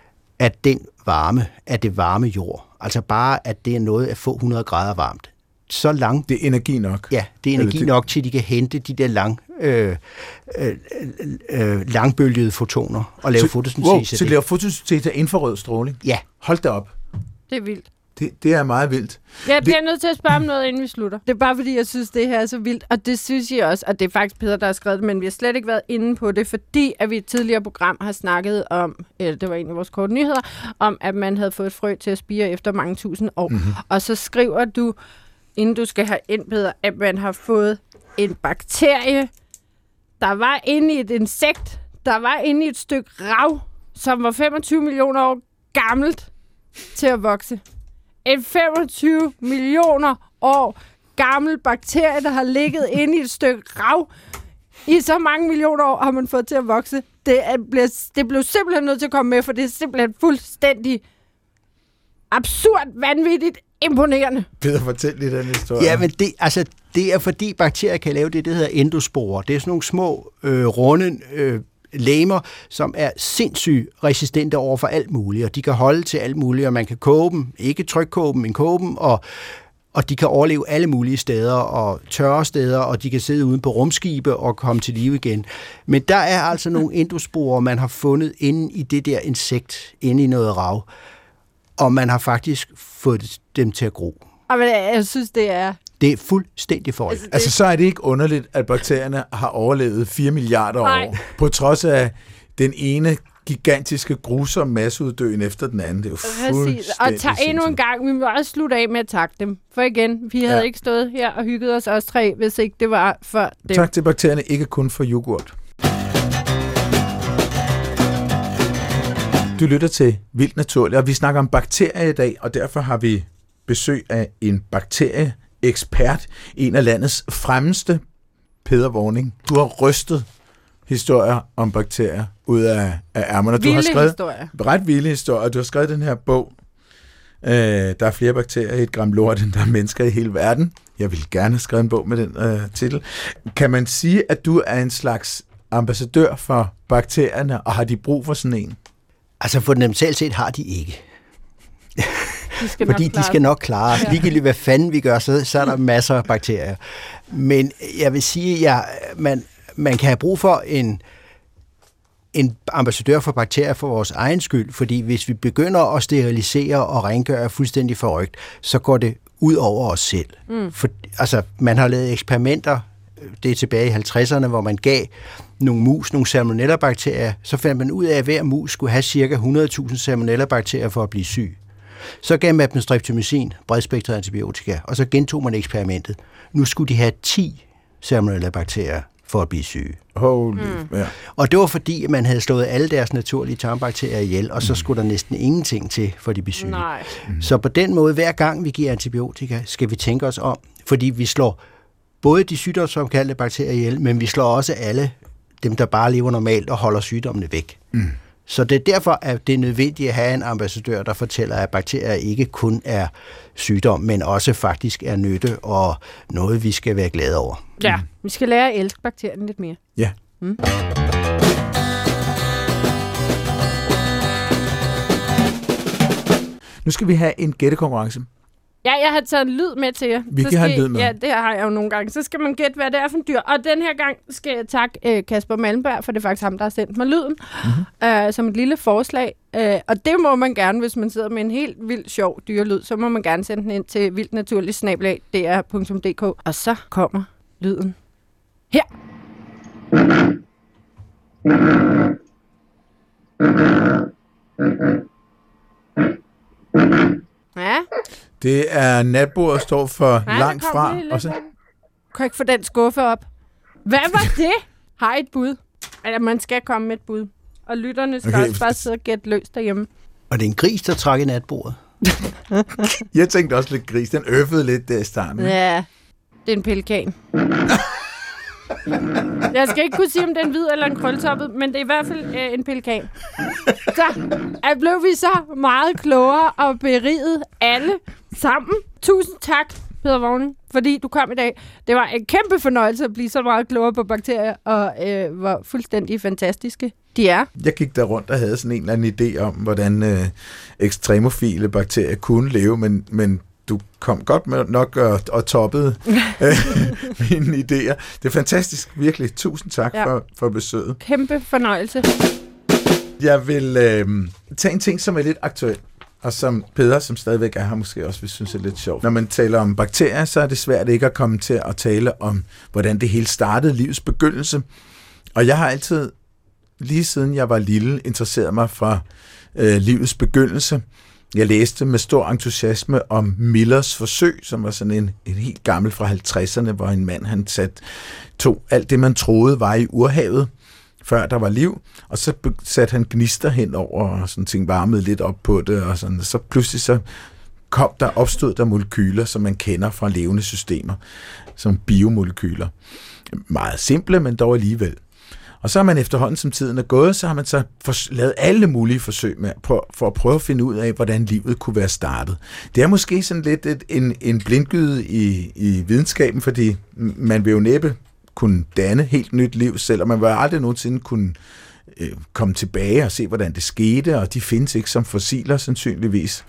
af den varme, af det varme jord. Altså bare, at det er noget af få hundrede grader varmt. Så lang... Det er energi nok. Ja, det er energi det... nok til, at de kan hente de der lang, øh, øh, øh, langbølgede fotoner og lave så, fotosyntese. Wow, så lave fotosyntese af infrarød stråling? Ja. Hold da op. Det er vildt. Det, det er meget vildt. Jeg bliver det... nødt til at spørge om noget, inden vi slutter. Det er bare fordi, jeg synes, det her er så vildt. Og det synes jeg også, og det er faktisk Peder, der har skrevet det, men vi har slet ikke været inde på det, fordi at vi i et tidligere program har snakket om, eller det var en af vores korte nyheder, om at man havde fået et frø til at spire efter mange tusind år. Mm-hmm. Og så skriver du, inden du skal have ind, Peder, at man har fået en bakterie, der var inde i et insekt, der var inde i et stykke rav, som var femogtyve millioner år gammelt til at vokse. En femogtyve millioner år gammel bakterie, der har ligget inde i et stykke rav. I så mange millioner år har man fået til at vokse. Det, er, det blev simpelthen nødt til at komme med, for det er simpelthen fuldstændig absurd, vanvittigt, imponerende. Peter, fortæl lidt den historie. Ja, men det, altså, det er fordi bakterier kan lave det, det hedder endosporer. Det er sådan nogle små, øh, runde øh, legemer, som er sindssygt resistente over for alt muligt, og de kan holde til alt muligt, og man kan koge dem, ikke trykkoge dem, men koge dem, og, og de kan overleve alle mulige steder, og tørre steder, og de kan sidde uden på rumskibe og komme til live igen. Men der er altså nogle endosporer, man har fundet inde i det der insekt, inde i noget rav, og man har faktisk fået dem til at gro. Og jeg synes, det er... Det er fuldstændig forrigt. Altså, det... altså, så er det ikke underligt, at bakterierne har overlevet fire milliarder Nej. år, på trods af den ene gigantiske, grusomme masseuddøen efter den anden. Det er jo fuldstændig Og tag endnu en gang, vi må også slutte af med at takke dem. For igen, vi havde ja. ikke stået her og hygget os os tre, hvis ikke det var for dem. Tak til bakterierne, ikke kun for yoghurt. Du lytter til Vildt Naturligt, og vi snakker om bakterier i dag, og derfor har vi besøg af en bakterieekspert, en af landets fremmeste, Peder Worning. Du har rystet historier om bakterier ud af, af ærmerne. Du vilde har skrevet historier. Ret vilde historier. Du har skrevet den her bog, Øh, der er flere bakterier i et gram lort, end der er mennesker i hele verden. Jeg vil gerne have skrevet en bog med den øh, titel. Kan man sige, at du er en slags ambassadør for bakterierne, og har de brug for sådan en? Altså fundamentalt set har de ikke. De skal Fordi nok de skal nok klare os. Ja. Ligegyldigt hvad fanden vi gør, så, så er der masser af bakterier. Men jeg vil sige, at ja, man, man kan have brug for en, en ambassadør for bakterier for vores egen skyld, fordi hvis vi begynder at sterilisere og rengøre fuldstændig forrygt, så går det ud over os selv. Mm. For, altså, man har lavet eksperimenter, det er tilbage i halvtredserne, hvor man gav nogle mus, nogle salmonella-bakterier, så fandt man ud af, at hver mus skulle have cirka hundrede tusind salmonella-bakterier for at blive syg. Så gav man dem streptomycin, bredspektret antibiotika, og så gentog man eksperimentet. Nu skulle de have ti salmonella-bakterier for at blive syge. Holy, mm. ja. Og det var fordi, at man havde slået alle deres naturlige tarmbakterier ihjel, og så skulle der næsten ingenting til, for de blev syge. Nej. Mm. Så på den måde, hver gang vi giver antibiotika, skal vi tænke os om, fordi vi slår både de sygdomsfremkaldte bakterier ihjel, men vi slår også alle dem, der bare lever normalt og holder sygdommene væk. Mm. Så det er derfor, at det er nødvendigt at have en ambassadør, der fortæller, at bakterier ikke kun er sygdom, men også faktisk er nytte og noget, vi skal være glade over. Ja, mm. vi skal lære at elske bakterien lidt mere. Ja. Mm. Nu skal vi have en gættekonkurrence. Ja, jeg har taget en lyd med til jer. Vi kan have en lyd med. Ja, det har jeg jo nogle gange. Så skal man gætte, hvad det er for en dyr. Og den her gang skal jeg takke øh, Kasper Malmberg, for det er faktisk ham, der har sendt mig lyden, mm-hmm. øh, som et lille forslag. Øh, og det må man gerne, hvis man sidder med en helt vild sjov dyrelyd, så må man gerne sende den ind til vildtnaturligt snabel-a d r punktum d k. Og så kommer lyden her. Ja. Det er natbordet, står for Nej, langt fra. Og så... Kan jeg ikke få den skuffe op? Hvad var det? Har I et bud? Eller man skal komme med et bud. Og lytterne skal okay. også bare sidde og gætte løs derhjemme. Og det er en gris, der trækker i natbordet. Jeg tænkte også lidt gris. Den øffede lidt der i starten. Ja, det er en pelikan. Jeg skal ikke kunne sige, om det er en hvid eller en krøltoppet, men det er i hvert fald øh, en pelikan. Så er blev vi så meget klogere og beriget alle sammen. Tusind tak, Peder Vågning, fordi du kom i dag. Det var en kæmpe fornøjelse at blive så meget klogere på bakterier, og øh, hvor fuldstændig fantastiske de er. Jeg gik der rundt og havde sådan en eller anden idé om, hvordan øh, ekstremofile bakterier kunne leve, men, men du kom godt med nok og, og toppede øh, mine idéer. Det er fantastisk, virkelig. Tusind tak ja. for, for besøget. Kæmpe fornøjelse. Jeg vil øh, tage en ting, som er lidt aktuel, og som Peder, som stadigvæk er her, måske også vil synes er lidt sjovt. Når man taler om bakterier, så er det svært ikke at komme til at tale om, hvordan det hele startede, livets begyndelse. Og jeg har altid, lige siden jeg var lille, interesseret mig for øh, livets begyndelse. Jeg læste med stor entusiasme om Millers forsøg, som var sådan en, en helt gammel fra halvtredserne, hvor en mand han sat, tog alt det, man troede var i urhavet, før der var liv, og så satte han gnister hen over, og sådan ting varmede lidt op på det, og sådan, så pludselig så kom der, opstod der molekyler, som man kender fra levende systemer, som biomolekyler. Meget simple, men dog alligevel. Og så har man efterhånden, som tiden er gået, så har man så for, lavet alle mulige forsøg med, på, for at prøve at finde ud af, hvordan livet kunne være startet. Det er måske sådan lidt et, en, en blindgyde i, i videnskaben, fordi man vil jo næppe kunne danne helt nyt liv selv, og man vil aldrig nogensinde kunne øh, komme tilbage og se, hvordan det skete, og de findes ikke som fossiler sandsynligvis.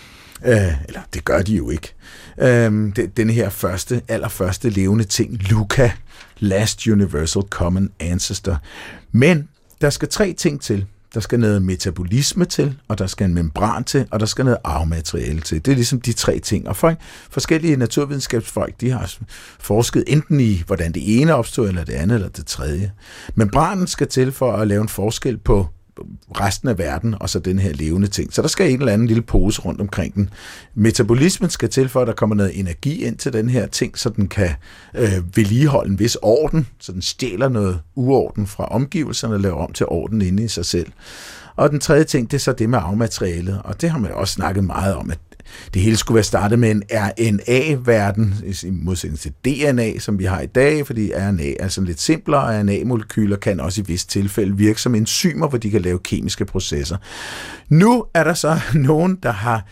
Øh, eller det gør de jo ikke. Øh, det, denne her første, allerførste levende ting, Luca, Last Universal Common Ancestor. Men der skal tre ting til. Der skal noget metabolisme til, og der skal en membran til, og der skal noget arvemateriale til. Det er ligesom de tre ting. Og folk, forskellige naturvidenskabsfolk, de har forsket enten i, hvordan det ene opstod, eller det andet, eller det tredje. Membranen skal til for at lave en forskel på resten af verden, og så den her levende ting. Så der skal en eller anden lille pose rundt omkring den. Metabolismen skal til for, at der kommer noget energi ind til den her ting, så den kan øh, vedligeholde en vis orden, så den stjæler noget uorden fra omgivelserne og laver om til orden inde i sig selv. Og den tredje ting, det er så det med arvematerialet, og det har man også snakket meget om, at det hele skulle være startet med en R N A-verden, i modsætning til D N A, som vi har i dag, fordi R N A er sådan lidt simplere, og R N A-molekyler kan også i vist tilfælde virke som enzymer, hvor de kan lave kemiske processer. Nu er der så nogen, der har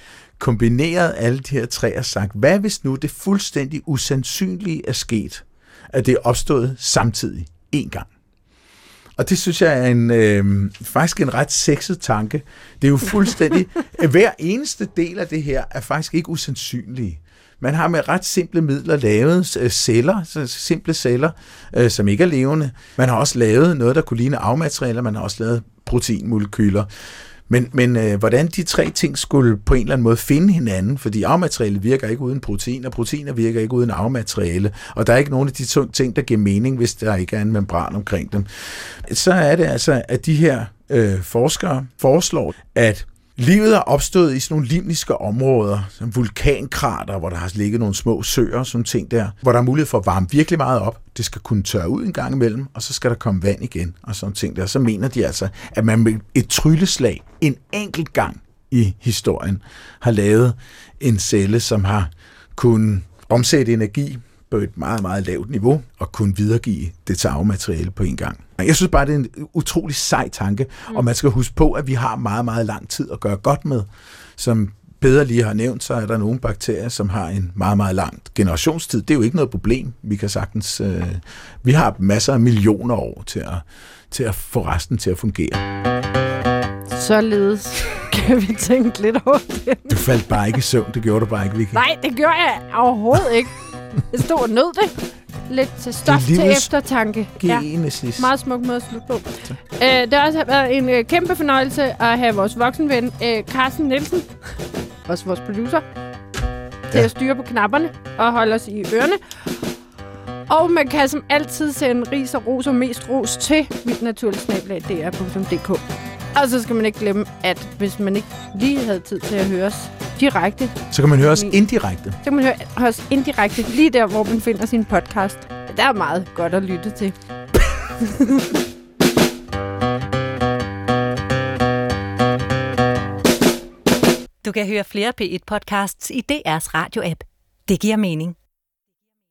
kombineret alle de her tre og sagt, hvad hvis nu det fuldstændig usandsynlige er sket, at det er opstået samtidig en gang? Og det synes jeg er en, øh, faktisk en ret sexet tanke. Det er jo fuldstændig, hver eneste del af det her er faktisk ikke usandsynlige. Man har med ret simple midler lavet øh, celler, så simple celler, øh, som ikke er levende. Man har også lavet noget, der kunne ligne arvematerialer. Man har også lavet proteinmolekyler. Men, men øh, hvordan de tre ting skulle på en eller anden måde finde hinanden, fordi arvemateriale virker ikke uden protein, og proteiner virker ikke uden arvemateriale, og der er ikke nogen af de to ting, der giver mening, hvis der ikke er en membran omkring dem. Så er det altså, at de her øh, forskere foreslår, at livet er opstået i sådan nogle limniske områder, som vulkankrater, hvor der har ligget nogle små søer og sådan ting der, hvor der er mulighed for at varme virkelig meget op. Det skal kunne tørre ud en gang imellem, og så skal der komme vand igen og sådan ting der. Så mener de altså, at man med et trylleslag en enkelt gang i historien har lavet en celle, som har kunnet omsætte energi på et meget, meget lavt niveau, og kunne videregive det til arvemateriale på en gang. Jeg synes bare, det er en utrolig sej tanke, mm. og man skal huske på, at vi har meget, meget lang tid at gøre godt med. Som Peder lige har nævnt, så er der nogle bakterier, som har en meget, meget lang generationstid. Det er jo ikke noget problem. Vi kan sagtens... Øh, vi har masser af millioner år til at, til at få resten til at fungere. Således kan vi tænke lidt over det. Du faldt bare ikke i søvn, det gjorde du bare ikke, Vicky. Nej, det gjorde jeg overhovedet ikke. Jeg stod og nød det. Lidt til stof til eftertanke. Genesis. Ja, meget smuk måde at slutte på. Uh, det har også været en uh, kæmpe fornøjelse at have vores voksenven, uh, Carsten Nielsen, også vores producer, ja. til at styre på knapperne og holde os i ørerne. Og man kan som altid sende ris og ros og mest ros til vildnaturligt punktum d r punktum d k. Og så skal man ikke glemme, at hvis man ikke lige havde tid til at høre os direkte... Så kan man høre os indirekte. Så kan man høre os indirekte, lige der, hvor man finder sin podcast. Der er meget godt at lytte til. Du kan høre flere P et podcasts i D R's radio-app. Det giver mening.